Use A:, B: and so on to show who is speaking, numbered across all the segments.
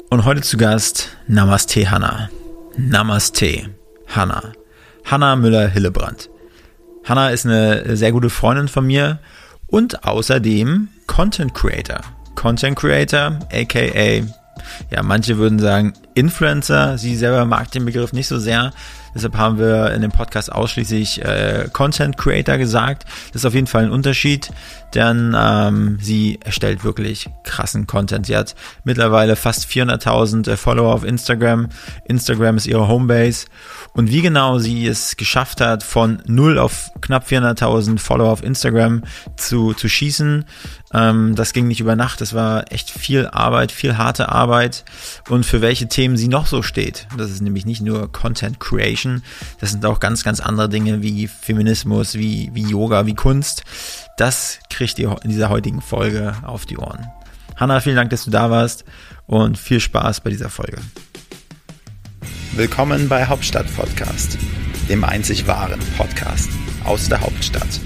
A: Und heute zu Gast Namaste Hannah. Namaste Hannah. Hannah Müller-Hillebrand. Hannah ist eine sehr gute Freundin von mir und außerdem Content Creator. Content Creator, aka, ja, manche würden sagen Influencer. Sie selber mag den Begriff nicht so sehr. Deshalb haben wir in dem Podcast ausschließlich Content Creator gesagt. Das ist auf jeden Fall ein Unterschied, denn sie erstellt wirklich krassen Content. Sie hat mittlerweile fast 400.000 Follower auf Instagram. Instagram ist ihre Homebase. Und wie genau sie es geschafft hat, von 0 auf knapp 400.000 Follower auf Instagram zu schießen, das ging nicht über Nacht. Das war echt viel Arbeit, viel harte Arbeit. Und für welche Themen sie noch so steht. Das ist nämlich nicht nur Content Creation. Das sind auch ganz, ganz andere Dinge wie Feminismus, wie Yoga, wie Kunst. Das kriegt ihr in dieser heutigen Folge auf die Ohren. Hannah, vielen Dank, dass du da warst und viel Spaß bei dieser Folge. Willkommen bei Hauptstadt Podcast, dem einzig wahren Podcast aus der Hauptstadt.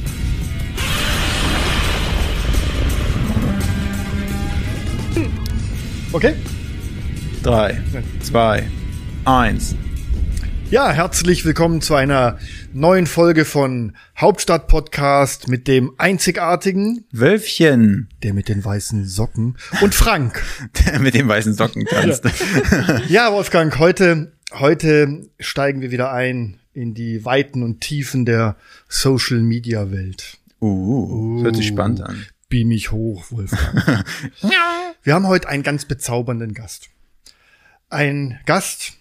B: Okay.
A: 3, 2, 1.
B: Ja, herzlich willkommen zu einer neuen Folge von Hauptstadt Podcast mit dem einzigartigen
A: Wölfchen,
B: der mit den weißen Socken, und Frank,
A: der mit den weißen Socken tanzt.
B: Ja, Wolfgang, heute steigen wir wieder ein in die Weiten und Tiefen der Social Media Welt.
A: Das hört sich spannend an.
B: Beam mich hoch, Wolfgang. Wir haben heute einen ganz bezaubernden Gast. Ein Gast,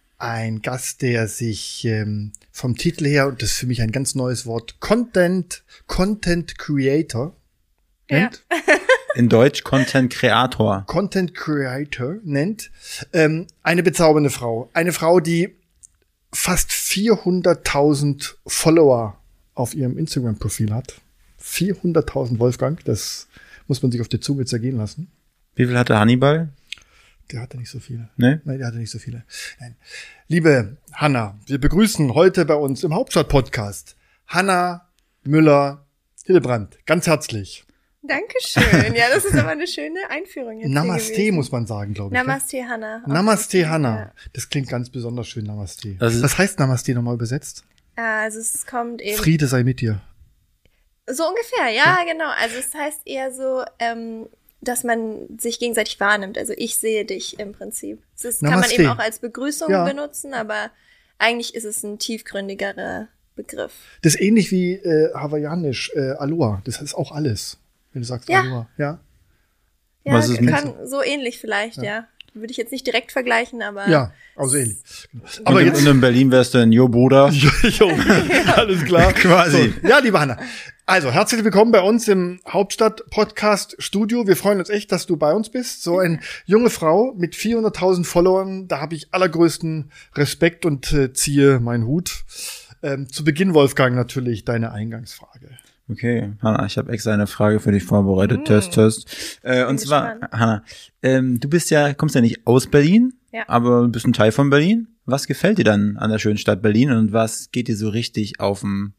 B: der sich vom Titel her, und das ist für mich ein ganz neues Wort, Content Creator nennt.
C: Ja.
A: In Deutsch Content Creator.
B: Content Creator nennt. Eine bezaubernde Frau. Eine Frau, die fast 400.000 Follower auf ihrem Instagram-Profil hat. 400.000, Wolfgang, das muss man sich auf der Zunge zergehen lassen.
A: Wie viel hatte Hannibal?
B: Der hatte nicht so viele.
A: Ne?
B: Nein, der hatte nicht so viele. Nein. Liebe Hannah, wir begrüßen heute bei uns im Hauptstadt-Podcast Hannah Müller-Hillebrand. Ganz herzlich.
C: Dankeschön. Ja, das ist aber eine schöne Einführung jetzt.
B: Namaste muss man sagen, glaube ich.
C: Namaste,
B: ne?
C: Hannah.
B: Namaste, Hannah.
C: Ja.
B: Das klingt ganz besonders schön, Namaste.
A: Das ist-
B: Was heißt Namaste nochmal übersetzt?
C: Also es kommt eben
B: Friede sei mit dir.
C: so ungefähr, ja, genau. Also es heißt eher so, dass man sich gegenseitig wahrnimmt. Also ich sehe dich im Prinzip. Kann man
B: Namaste.
C: eben auch als Begrüßung
B: Ja.
C: benutzen, aber eigentlich ist es ein tiefgründigerer Begriff.
B: Das ist ähnlich wie hawaiianisch, Aloha. Das ist auch alles, wenn du sagst
C: Ja.
B: Aloha. Ja.
C: Ja,
A: Was ist mit-
C: kann so ähnlich vielleicht, ja. Würde ich jetzt nicht direkt vergleichen, aber
B: Ja, also ähnlich.
A: Aber
B: Aber jetzt
A: und in Berlin wärst du ein Jo Bruder.
B: Jo, alles klar.
A: Quasi.
B: So, ja, liebe Hannah. Also, herzlich willkommen bei uns im Hauptstadt-Podcast-Studio. Wir freuen uns echt, dass du bei uns bist. So eine junge Frau mit 400.000 Followern, da habe ich allergrößten Respekt und ziehe meinen Hut. Zu Beginn, Wolfgang, natürlich deine Eingangsfrage.
A: Okay, Hannah, ich habe extra eine Frage für dich vorbereitet. Test. Und zwar,
C: gespannt.
A: Hannah, du kommst ja nicht aus Berlin,
C: Ja.
A: aber du bist ein Teil von Berlin. Was gefällt dir dann an der schönen Stadt Berlin und was geht dir so richtig auf den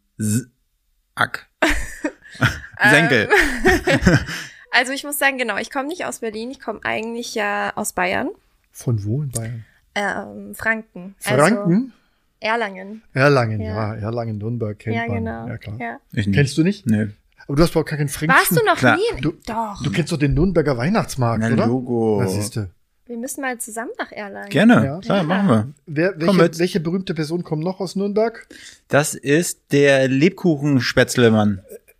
A: Senkel?
C: Also ich muss sagen, genau, ich komme nicht aus Berlin, ich komme eigentlich ja aus Bayern,
B: Von wo in Bayern?
C: Franken.
B: Franken?
C: Also Erlangen.
B: Erlangen,
C: Ja.
B: ja. Erlangen, Nürnberg kennt
C: Ja,
B: man.
C: genau.
B: Ja, klar.
C: Ja.
A: Ich nicht.
B: Kennst du nicht?
A: Nö.
B: Aber du hast überhaupt keinen Fränkischen.
C: Warst du noch
A: Klar.
C: nie? Doch.
B: Du kennst doch den Nürnberger Weihnachtsmarkt,
A: Na,
B: oder?
A: Logo.
B: Was siehst du?
C: Wir müssen mal zusammen nach Erlangen.
A: Gerne.
B: Ja.
A: Ja, machen wir. Komm mit.
B: Welche berühmte Person kommt noch aus Nürnberg?
A: Das ist der Lebkuchenspätzlemann.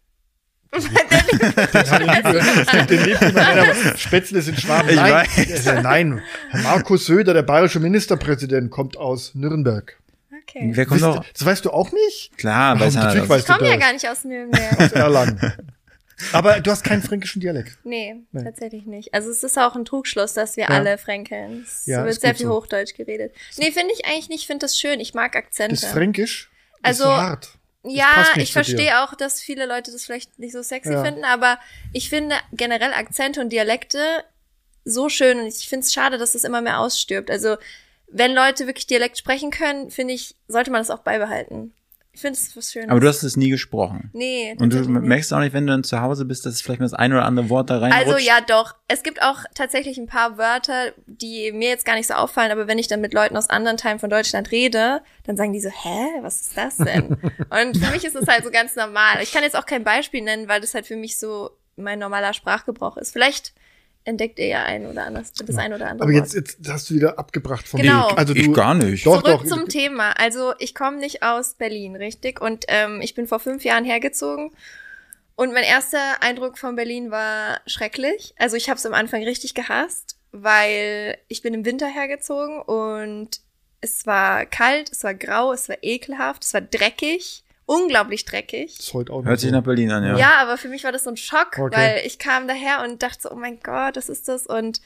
B: Spätzle sind Schwaben.
A: Ich
B: Nein,
A: weiß.
B: Nein, Markus Söder, der bayerische Ministerpräsident, kommt aus Nürnberg.
C: Okay.
A: Wer kommt noch?
B: Das weißt du auch nicht?
A: Klar, weiß
B: natürlich
A: Hannah.
B: weißt
C: Ich komme ja
B: das.
C: gar nicht aus Nürnberg.
B: Aus Erlangen. Aber du hast keinen fränkischen Dialekt.
C: Nee, tatsächlich nicht. Also es ist auch ein Trugschluss, dass wir
B: Ja.
C: alle fränkeln. Es
B: Ja,
C: wird
B: ist
C: sehr
B: gut
C: viel
B: so.
C: Hochdeutsch geredet. Nee, finde ich eigentlich nicht. Ich finde das schön. Ich mag Akzente.
B: Das Fränkisch ist
C: Also,
B: so hart. Das
C: Ja,
B: passt nicht
C: ich
B: zu dir.
C: verstehe auch, dass viele Leute das vielleicht nicht so sexy
B: Ja.
C: finden, aber ich finde generell Akzente und Dialekte so schön und ich finde es schade, dass das immer mehr ausstirbt. Also, wenn Leute wirklich Dialekt sprechen können, finde ich, sollte man das auch beibehalten. Ich finde es was Schönes.
A: Aber du hast es nie gesprochen.
C: Nee.
A: Und du
C: tatsächlich nicht.
A: merkst auch nicht, wenn du dann zu Hause bist, dass es vielleicht mal das eine oder andere Wort da reinrutscht?
C: Also ja, doch. Es gibt auch tatsächlich ein paar Wörter, die mir jetzt gar nicht so auffallen, aber wenn ich dann mit Leuten aus anderen Teilen von Deutschland rede, dann sagen die so, hä, was ist das denn? Und für mich ist es halt so ganz normal. Ich kann jetzt auch kein Beispiel nennen, weil das halt für mich so mein normaler Sprachgebrauch ist. Vielleicht entdeckt ihr ja das ein oder andere
B: Aber
C: Wort.
B: jetzt hast du wieder abgebracht vom
C: Genau.
B: Weg. Also
A: Ich gar nicht.
B: Doch,
C: Zurück
B: doch.
C: zum Thema. Also ich komme nicht aus Berlin, richtig? Und ich bin vor 5 Jahren hergezogen. Und mein erster Eindruck von Berlin war schrecklich. Also ich habe es am Anfang richtig gehasst, weil ich bin im Winter hergezogen und es war kalt, es war grau, es war ekelhaft, es war dreckig, unglaublich dreckig.
B: Ist heute auch noch
A: Hört sich
B: so.
A: nach Berlin an, ja.
C: Ja, aber für mich war das so ein Schock,
B: Okay.
C: weil ich kam daher und dachte so, oh mein Gott, was ist das? Und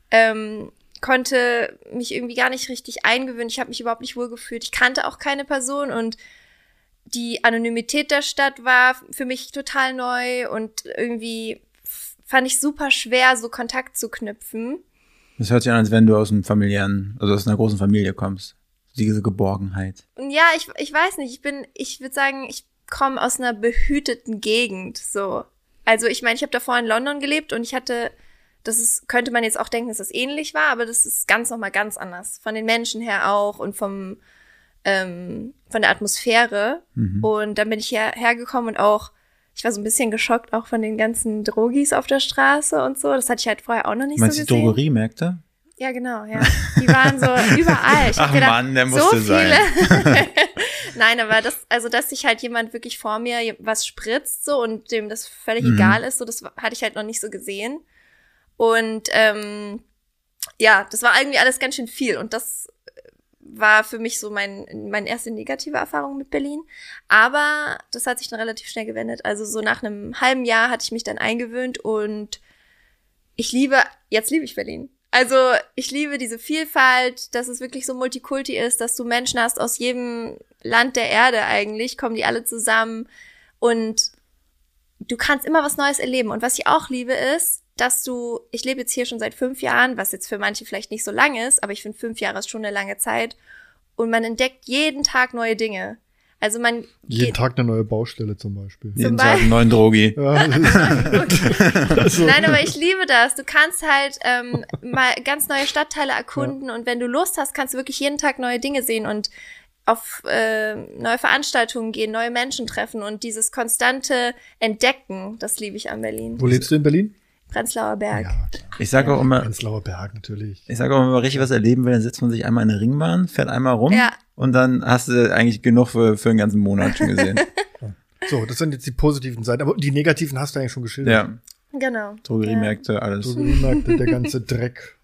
C: konnte mich irgendwie gar nicht richtig eingewöhnen. Ich habe mich überhaupt nicht wohlgefühlt. Ich kannte auch keine Person und die Anonymität der Stadt war für mich total neu und irgendwie fand ich super schwer, so Kontakt zu knüpfen.
A: Das hört sich an, als wenn du aus einem familiären, also aus einer großen Familie kommst. Diese Geborgenheit.
C: Und ja, ich weiß nicht, ich würde sagen, ich komme aus einer behüteten Gegend, so. Also ich meine, ich habe davor in London gelebt und ich hatte, könnte man jetzt auch denken, dass das ähnlich war, aber das ist nochmal ganz anders. Von den Menschen her auch und von der Atmosphäre. Und dann bin ich hergekommen und auch, ich war so ein bisschen geschockt auch von den ganzen Drogis auf der Straße und so. Das hatte ich halt vorher auch noch nicht
A: Meinst
C: so
A: du die
C: gesehen.
A: Drogeriemärkte?
C: Ja, genau, ja. Die waren so überall. Ich hab
A: Ach
C: gedacht,
A: Mann, der musste sein.
C: Nein, aber dass sich halt jemand wirklich vor mir was spritzt so und dem das völlig egal ist, so das hatte ich halt noch nicht so gesehen. Und ja, das war irgendwie alles ganz schön viel und das war für mich so meine erste negative Erfahrung mit Berlin. Aber das hat sich dann relativ schnell gewendet. Also so nach einem halben Jahr hatte ich mich dann eingewöhnt und jetzt liebe ich Berlin. Also ich liebe diese Vielfalt, dass es wirklich so Multikulti ist, dass du Menschen hast aus jedem Land der Erde eigentlich, kommen die alle zusammen und du kannst immer was Neues erleben. Und was ich auch liebe ist, ich lebe jetzt hier schon seit 5 Jahren, was jetzt für manche vielleicht nicht so lang ist, aber ich finde 5 Jahre ist schon eine lange Zeit und man entdeckt jeden Tag neue Dinge. Also
B: Jeden Tag eine neue Baustelle zum Beispiel.
A: Jeden Tag einen neuen Drogi.
B: Ja,
C: Nein, aber ich liebe das. Du kannst halt mal ganz neue Stadtteile erkunden und wenn du Lust hast, kannst du wirklich jeden Tag neue Dinge sehen und auf neue Veranstaltungen gehen, neue Menschen treffen und dieses konstante Entdecken, das liebe ich an Berlin.
B: Wo lebst du in Berlin?
C: Prenzlauer Berg.
B: Ja,
A: Ich sage auch immer,
B: Prenzlauer Berg natürlich.
A: wenn man richtig was erleben will, dann setzt man sich einmal in eine Ringbahn, fährt einmal rum
C: Ja.
A: und dann hast du eigentlich genug für einen ganzen Monat schon gesehen.
B: So, das sind jetzt die positiven Seiten, aber die negativen hast du eigentlich schon geschildert.
A: Ja,
C: Genau.
A: Drogeriemärkte, alles.
B: Drogeriemärkte, der ganze Dreck.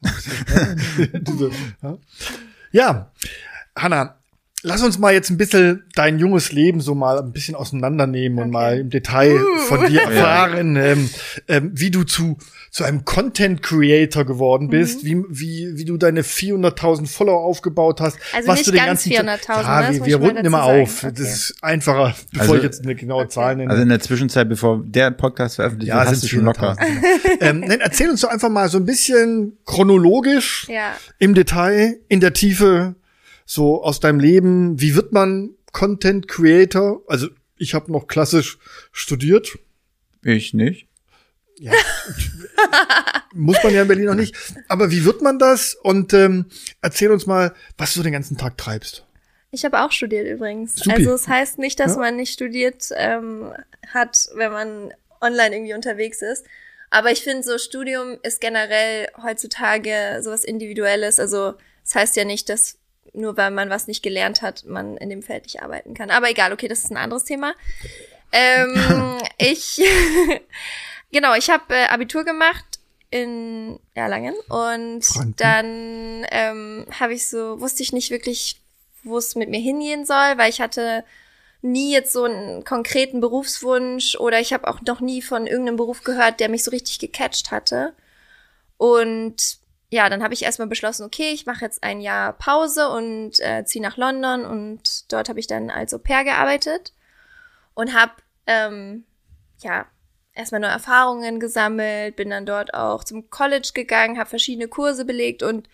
B: Ja, Hanna, lass uns mal jetzt ein bisschen dein junges Leben so mal ein bisschen auseinandernehmen und mal im Detail von dir erfahren, wie du zu einem Content Creator geworden bist, wie du deine 400.000 Follower aufgebaut hast.
C: Also
B: was
C: nicht
B: du den
C: ganz
B: ganzen
C: 400.000,
B: Ja,
C: das muss
B: wir
C: ich mal
B: runden immer
C: dazu
B: auf.
C: sagen.
B: Das
C: Okay.
B: ist einfacher, bevor
A: Also-
B: ich jetzt eine genaue Zahl nenne.
A: Also in der Zwischenzeit, bevor der Podcast veröffentlicht wird, hast du schon locker.
B: 400.000. Nein, erzähl uns doch einfach mal so ein bisschen chronologisch
C: Ja.
B: im Detail, in der Tiefe, so aus deinem Leben. Wie wird man Content Creator? Also ich habe noch klassisch studiert.
A: Ich nicht.
B: Ja, muss man ja in Berlin noch nicht. Aber wie wird man das? Und erzähl uns mal, was du den ganzen Tag treibst.
C: Ich habe auch studiert übrigens.
B: Supi.
C: Also es heißt nicht, dass
B: Ja.
C: man nicht studiert hat, wenn man online irgendwie unterwegs ist. Aber ich finde, so Studium ist generell heutzutage sowas Individuelles. Also es heißt ja nicht, dass nur weil man was nicht gelernt hat, man in dem Feld nicht arbeiten kann. Aber egal, okay, das ist ein anderes Thema. Genau, ich habe Abitur gemacht in Erlangen und
B: Franken.
C: dann wusste ich nicht wirklich, wo es mit mir hingehen soll, weil ich hatte nie jetzt so einen konkreten Berufswunsch oder ich habe auch noch nie von irgendeinem Beruf gehört, der mich so richtig gecatcht hatte. Und ja, dann habe ich erstmal beschlossen, okay, ich mache jetzt ein Jahr Pause und ziehe nach London und dort habe ich dann als Au-pair gearbeitet und habe erstmal neue Erfahrungen gesammelt, bin dann dort auch zum College gegangen, habe verschiedene Kurse belegt und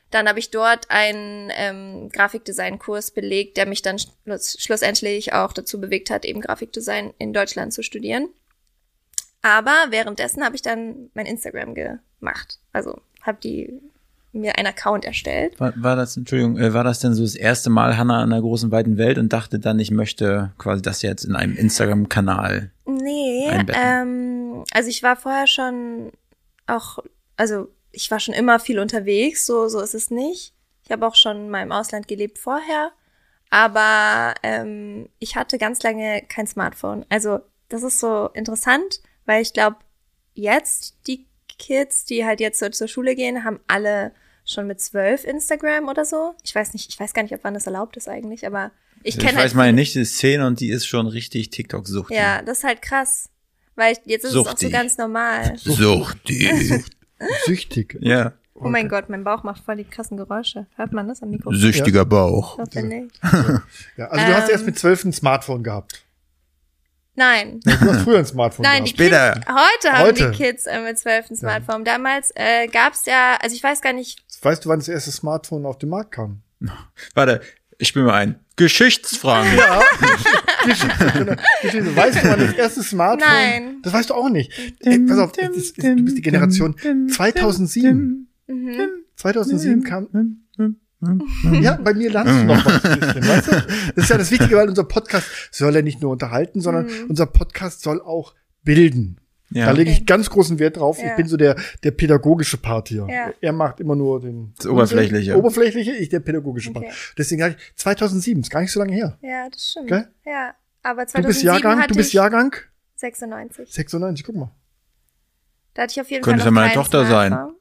C: Dann habe ich dort einen Grafikdesign-Kurs belegt, der mich dann schlussendlich auch dazu bewegt hat, eben Grafikdesign in Deutschland zu studieren. Aber währenddessen habe ich dann mein Instagram gemacht. Also habe mir einen Account erstellt.
A: War das denn so das erste Mal Hannah in der großen, weiten Welt und dachte dann, ich möchte quasi das jetzt in einem Instagram-Kanal einbetten?
C: Also ich war vorher schon ich war schon immer viel unterwegs, so ist es nicht. Ich habe auch schon mal im Ausland gelebt vorher, aber ich hatte ganz lange kein Smartphone. Also das ist so interessant, weil ich glaube, jetzt die Kids, die halt jetzt so zur Schule gehen, haben alle schon mit 12 Instagram oder so. Ich weiß gar nicht, ab wann das erlaubt ist eigentlich, aber ich kenne halt.
A: Ich weiß meine Nichte ist 10 und die ist schon richtig TikTok-suchtig.
C: Ja, das ist halt krass, weil jetzt ist es auch so ganz normal.
A: Suchtig.
B: Süchtig.
A: Ja.
C: Oh mein Gott, mein Bauch macht voll die krassen Geräusche. Hört man das am Mikrofon?
A: Süchtiger Bauch.
C: Das finde ich.
B: Ja, also du hast erst mit 12 ein Smartphone gehabt.
C: Nein.
B: Du hast früher ein Smartphone
C: Nein,
B: gehabt.
C: Heute haben die Kids mit 12 ein Smartphone. Ja. Damals gab's ja, also ich weiß gar nicht.
B: Weißt du, wann das erste Smartphone auf den Markt kam?
A: Warte, ich spiele mal ein. Geschichtsfragen.
B: Ja, Geschichte. Weißt du, wann das erste Smartphone? Nein. Das weißt du auch nicht. Pass auf, du bist die Generation 2007. 2007 kam. Ja, bei mir lernst du noch was ein bisschen, weißt du? Das ist ja das Wichtige, weil unser Podcast soll ja nicht nur unterhalten, sondern unser Podcast soll auch bilden. Ja. Da lege ich ganz großen Wert drauf. Ja. Ich bin so der pädagogische Part hier. Ja. Er macht immer nur das Oberflächliche, ich der pädagogische Part. Deswegen sage ich, 2007, ist gar nicht so lange her.
C: Ja, das stimmt.
B: Okay?
C: Ja, aber 2007
B: Du bist Jahrgang?
C: 96.
B: 96, guck mal.
C: Da hatte ich auf jeden
A: Könnte
C: Fall noch
A: meine Tochter sein.
B: Ja.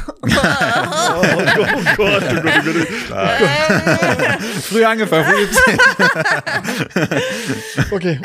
B: Oh Gott.
A: Früh angefangen,
B: Okay.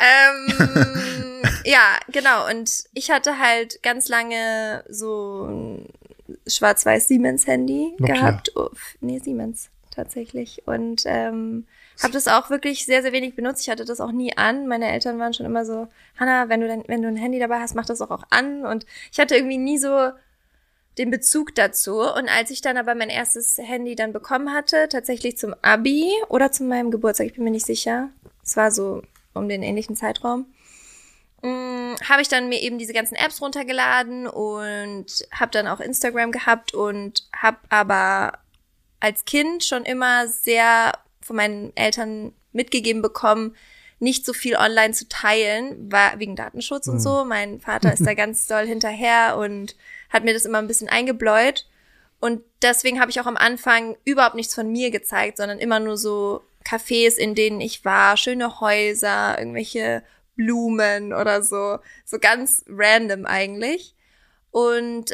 C: Ja, genau. Und ich hatte halt ganz lange so ein schwarz-weiß Siemens-Handy gehabt. Siemens tatsächlich. Und habe das auch wirklich sehr, sehr wenig benutzt. Ich hatte das auch nie an. Meine Eltern waren schon immer so, Hannah, wenn du ein Handy dabei hast, mach das auch an. Und ich hatte irgendwie nie so den Bezug dazu. Und als ich dann aber mein erstes Handy dann bekommen hatte, tatsächlich zum Abi oder zu meinem Geburtstag, ich bin mir nicht sicher. Es war so um den ähnlichen Zeitraum. Habe ich dann mir eben diese ganzen Apps runtergeladen und habe dann auch Instagram gehabt und habe aber als Kind schon immer sehr von meinen Eltern mitgegeben bekommen, nicht so viel online zu teilen, war wegen Datenschutz und so. Mein Vater ist da ganz doll hinterher und hat mir das immer ein bisschen eingebläut. Und deswegen habe ich auch am Anfang überhaupt nichts von mir gezeigt, sondern immer nur so Cafés, in denen ich war, schöne Häuser, irgendwelche Blumen oder so ganz random eigentlich. Und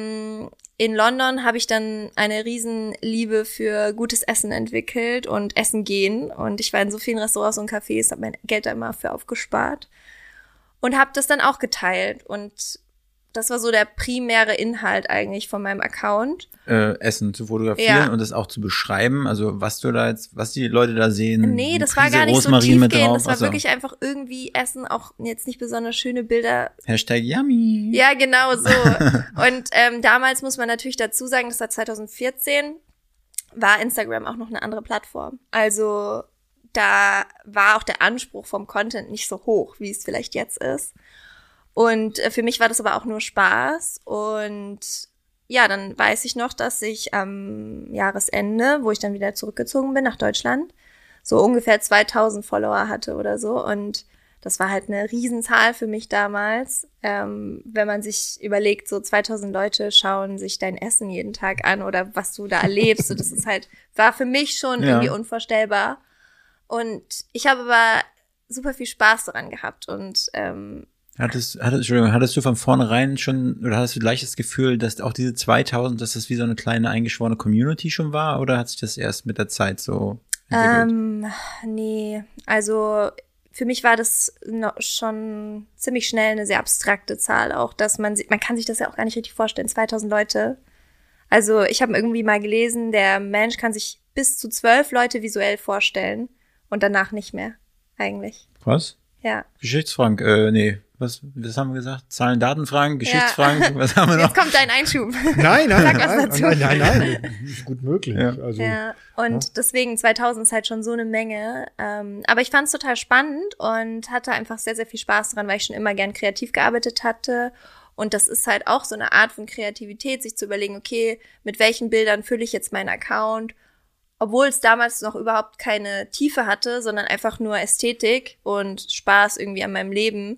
C: in London habe ich dann eine Riesenliebe für gutes Essen entwickelt und Essen gehen. Und ich war in so vielen Restaurants und Cafés, habe mein Geld da immer für aufgespart und habe das dann auch geteilt. Und das war so der primäre Inhalt eigentlich von meinem Account.
A: Essen zu fotografieren und das auch zu beschreiben, also was die Leute da sehen.
C: Nee, das war gar nicht so tiefgehend, das war wirklich einfach irgendwie Essen, auch jetzt nicht besonders schöne Bilder.
A: #Yummy.
C: Ja, genau so. Und damals muss man natürlich dazu sagen, das war 2014, war Instagram auch noch eine andere Plattform. Also da war auch der Anspruch vom Content nicht so hoch, wie es vielleicht jetzt ist. Und für mich war das aber auch nur Spaß. Und ja, dann weiß ich noch, dass ich am Jahresende, wo ich dann wieder zurückgezogen bin nach Deutschland, so ungefähr 2000 Follower hatte oder so. Und das war halt eine Riesenzahl für mich damals. Wenn man sich überlegt, so 2000 Leute schauen sich dein Essen jeden Tag an oder was du da erlebst. So, das ist halt, war für mich schon irgendwie unvorstellbar. Und ich habe aber super viel Spaß daran gehabt und
A: Hattest du von vornherein schon, oder hattest du gleich das Gefühl, dass auch diese 2000, dass das wie so eine kleine eingeschworene Community schon war, oder hat sich das erst mit der Zeit so entwickelt?
C: Nee, also für mich war das schon ziemlich schnell eine sehr abstrakte Zahl auch, dass man kann sich das ja auch gar nicht richtig vorstellen, 2000 Leute. Also ich habe irgendwie mal gelesen, der Mensch kann sich bis zu 12 Leute visuell vorstellen und danach nicht mehr, eigentlich.
A: Was?
C: Ja.
A: Geschichtsfrank, nee. Was haben wir gesagt? Zahlen, Datenfragen, Geschichtsfragen, was haben wir noch?
C: Jetzt kommt dein Einschub.
B: Nein. Ist gut möglich.
A: Ja.
B: Also,
C: Und deswegen 2000 ist halt schon so eine Menge. Aber ich fand es total spannend und hatte einfach sehr, sehr viel Spaß dran, weil ich schon immer gern kreativ gearbeitet hatte. Und das ist halt auch so eine Art von Kreativität, sich zu überlegen, okay, mit welchen Bildern fülle ich jetzt meinen Account? Obwohl es damals noch überhaupt keine Tiefe hatte, sondern einfach nur Ästhetik und Spaß irgendwie an meinem Leben,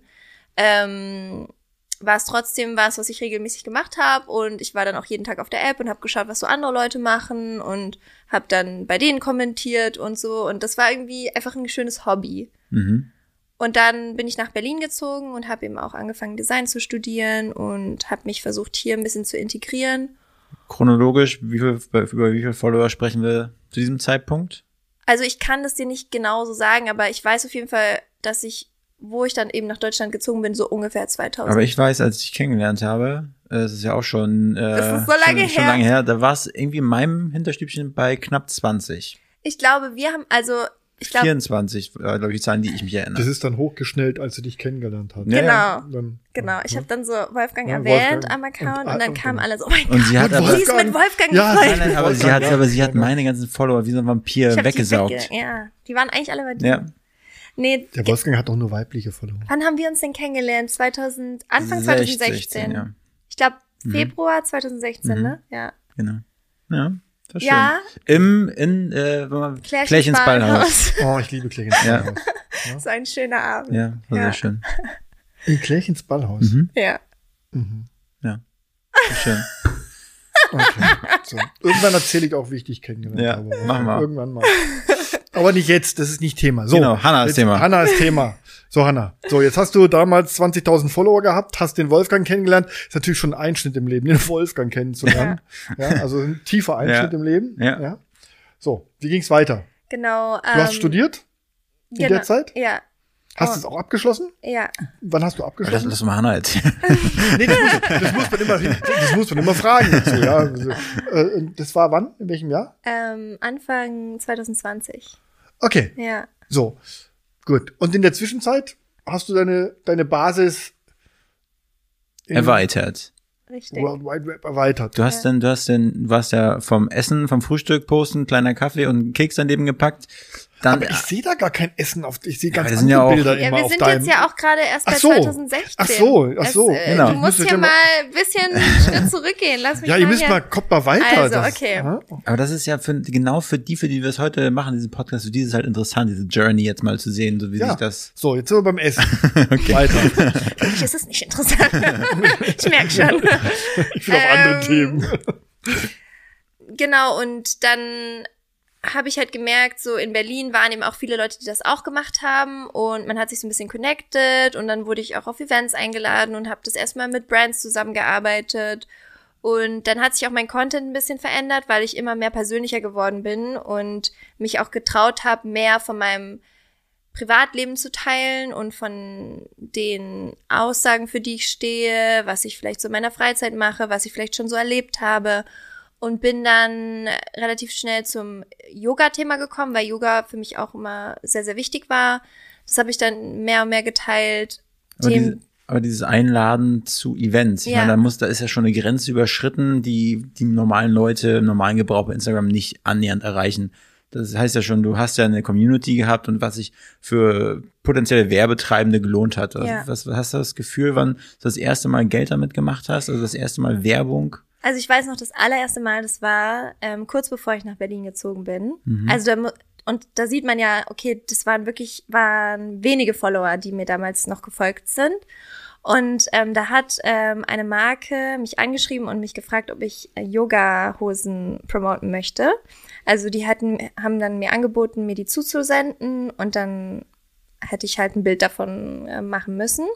C: war es trotzdem was ich regelmäßig gemacht habe. Und ich war dann auch jeden Tag auf der App und habe geschaut, was so andere Leute machen und habe dann bei denen kommentiert und so. Und das war irgendwie einfach ein schönes Hobby.
A: Mhm.
C: Und dann bin ich nach Berlin gezogen und habe eben auch angefangen, Design zu studieren und habe mich versucht, hier ein bisschen zu integrieren.
A: Chronologisch, über wie viele Follower sprechen wir zu diesem Zeitpunkt?
C: Also ich kann das dir nicht genau so sagen, aber ich weiß auf jeden Fall, dass wo ich dann eben nach Deutschland gezogen bin, so ungefähr 2000.
A: Aber ich weiß, als ich dich kennengelernt habe, es ist ja auch schon,
C: das ist so lange
A: schon lange her, da war es irgendwie in meinem Hinterstübchen bei knapp 20.
C: Ich glaube,
A: 24 war, glaube ich, die Zahlen, die ich mich erinnere.
B: Das ist dann hochgeschnellt, als du dich kennengelernt hast.
A: Ja,
C: Genau. Ich habe dann so Wolfgang erwähnt am Account und dann kamen alle so, oh mein
A: und
C: Gott,
A: sie hat aber,
C: sie ist mit Wolfgang
B: Ja,
C: befreundet.
A: nein, aber sie hat meine ganzen Follower wie so ein Vampir
C: Ich hab
A: weggesaugt.
C: die waren eigentlich alle bei dir.
A: Ja.
C: Nee,
B: Der Wolfgang hat doch nur weibliche Follower.
C: wann haben wir uns denn kennengelernt? Anfang 2016.
A: Ja.
C: Ich glaube, Februar 2016, ne? Ja.
A: Genau. Ja, das ist
C: Ja.
A: schön. In Klärchens Ballhaus.
B: Oh, ich liebe Klärchens Ballhaus.
C: So ein schöner Abend.
A: Ja, war sehr schön.
B: In Klärchens Ballhaus?
A: Mhm.
C: Ja.
A: Ja, schön.
B: Okay. So. Irgendwann erzähle ich auch, wie ich dich kennengelernt habe.
A: Machen wir.
B: Irgendwann mal. Aber nicht jetzt, das ist nicht Thema. So,
A: Genau, Hannah ist Thema.
B: Hannah ist Thema. So, Hannah. So, jetzt hast du damals 20.000 Follower gehabt, hast den Wolfgang kennengelernt. Ist natürlich schon ein Einschnitt im Leben, den Wolfgang kennenzulernen. Ja, also ein tiefer Einschnitt im Leben.
A: Ja.
B: So, wie ging's weiter?
C: Genau.
B: Du hast studiert in der Zeit?
C: Ja.
B: Hast du es auch abgeschlossen?
C: Ja.
B: Wann hast du abgeschlossen?
A: Lass mal Hannah erzählen.
B: Nee, das muss man immer fragen dazu, ja. Also, das war wann? In welchem Jahr?
C: Anfang 2020.
B: Okay.
C: Ja.
B: So. Gut. Und in der Zwischenzeit hast du deine Basis
A: Erweitert.
C: Richtig.
B: World Wide Web erweitert.
A: Du warst ja vom Essen, vom Frühstück posten, kleiner Kaffee und einen Keks daneben gepackt. Dann,
B: aber ich sehe da gar kein Essen ich sehe ganz
A: das
B: andere
A: sind ja auch-
B: Bilder
C: Ja,
B: immer
C: wir
B: auf
C: sind
B: deinem.
C: jetzt ja auch gerade erst bei
B: Ach so.
C: 2016.
B: Ach so,
A: genau.
C: Du musst
B: Müsstet
C: hier
B: ihr
C: mal ein bisschen einen Schritt zurückgehen. Lass mich
B: Ja, ihr müsst mal, kommt mal weiter.
C: Also, okay.
B: Ja?
A: aber das ist ja genau für die wir es heute machen, diesen Podcast, für die ist es halt interessant, diese Journey jetzt mal zu sehen, so wie sich das.
B: So, jetzt sind wir beim Essen.
A: Okay.
B: Weiter.
C: Für mich ist es nicht interessant. Ich merke schon.
B: Ich bin auf andere Themen.
C: Genau, und dann habe ich halt gemerkt, so in Berlin waren eben auch viele Leute, die das auch gemacht haben und man hat sich so ein bisschen connected und dann wurde ich auch auf Events eingeladen und habe das erstmal mit Brands zusammengearbeitet und dann hat sich auch mein Content ein bisschen verändert, weil ich immer mehr persönlicher geworden bin und mich auch getraut habe, mehr von meinem Privatleben zu teilen und von den Aussagen, für die ich stehe, was ich vielleicht so in meiner Freizeit mache, was ich vielleicht schon so erlebt habe. Und bin dann relativ schnell zum Yoga-Thema gekommen, weil Yoga für mich auch immer sehr, sehr wichtig war. Das habe ich dann mehr und mehr geteilt.
A: Aber dieses Einladen zu Events, ich meine, da ist ja schon eine Grenze überschritten, die normalen Leute im normalen Gebrauch bei Instagram nicht annähernd erreichen. Das heißt ja schon, du hast ja eine Community gehabt und was sich für potenzielle Werbetreibende gelohnt hat. Also was hast du das Gefühl, wann du das erste Mal Geld damit gemacht hast? Also das erste Mal Werbung?
C: Also ich weiß noch, das allererste Mal, das war kurz bevor ich nach Berlin gezogen bin.
A: Mhm.
C: Also da sieht man ja, okay, das waren wenige Follower, die mir damals noch gefolgt sind. Und da hat eine Marke mich angeschrieben und mich gefragt, ob ich Yoga-Hosen promoten möchte. Also die haben dann mir angeboten, mir die zuzusenden und dann hätte ich halt ein Bild davon machen müssen.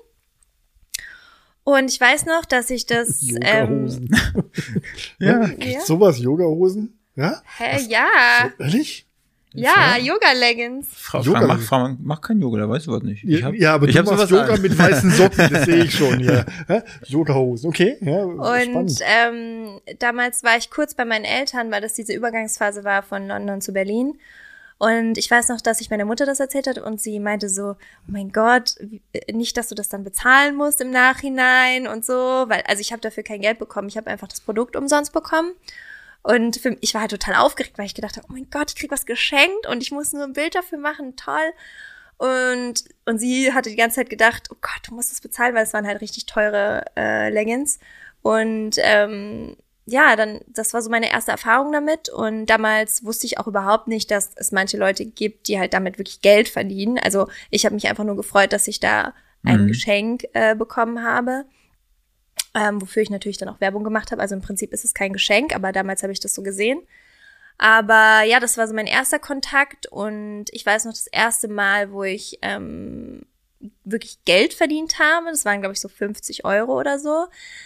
C: Und ich weiß noch, dass ich das
B: Yogahosen.
A: Ja.
B: Gibt's sowas, Yogahosen? Ja?
C: Hä, ja.
B: So, ehrlich?
C: Ja, Yoga-Leggings.
A: Frau
B: Yoga.
A: mach kein Yoga, da weißt du was nicht.
B: Ja, aber du machst Yoga mit weißen Socken, das sehe ich schon hier. Yogahosen, okay. Ja,
C: und damals war ich kurz bei meinen Eltern, weil das diese Übergangsphase war von London zu Berlin. Und ich weiß noch, dass ich meiner Mutter das erzählt hat und sie meinte so, oh mein Gott, nicht, dass du das dann bezahlen musst im Nachhinein und so, weil, also ich habe dafür kein Geld bekommen, ich habe einfach das Produkt umsonst bekommen. Und ich war halt total aufgeregt, weil ich gedacht habe, oh mein Gott, ich krieg was geschenkt und ich muss nur ein Bild dafür machen, toll. Und sie hatte die ganze Zeit gedacht, oh Gott, du musst das bezahlen, weil es waren halt richtig teure Leggings. Und ja, dann, das war so meine erste Erfahrung damit und damals wusste ich auch überhaupt nicht, dass es manche Leute gibt, die halt damit wirklich Geld verdienen. Also ich habe mich einfach nur gefreut, dass ich da ein Geschenk bekommen habe, wofür ich natürlich dann auch Werbung gemacht habe. Also im Prinzip ist es kein Geschenk, aber damals habe ich das so gesehen. Aber ja, das war so mein erster Kontakt und ich weiß noch das erste Mal, wo ich wirklich Geld verdient habe. Das waren, glaube ich, so 50 € oder so.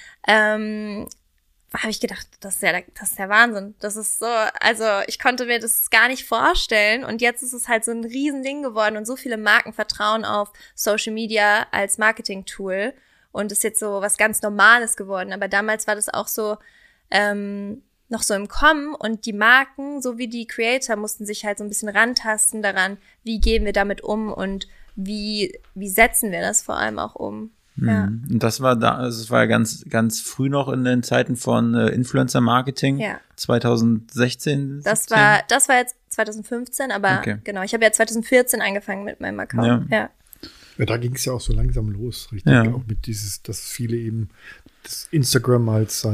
C: Habe ich gedacht, das ist der Wahnsinn. Das ist so, also ich konnte mir das gar nicht vorstellen und jetzt ist es halt so ein Riesending geworden und so viele Marken vertrauen auf Social Media als Marketing-Tool und ist jetzt so was ganz Normales geworden. Aber damals war das auch so noch so im Kommen und die Marken, so wie die Creator, mussten sich halt so ein bisschen rantasten daran, wie gehen wir damit um und wie setzen wir das vor allem auch um. Ja.
A: Und das war ja ganz, ganz früh noch in den Zeiten von Influencer-Marketing. Ja. 2016.
C: Das war jetzt 2015, aber okay. Genau, ich habe ja 2014 angefangen mit meinem Account. Ja.
B: Ja, da ging es ja auch so langsam los, richtig. Ja. Auch mit dass viele eben das Instagram als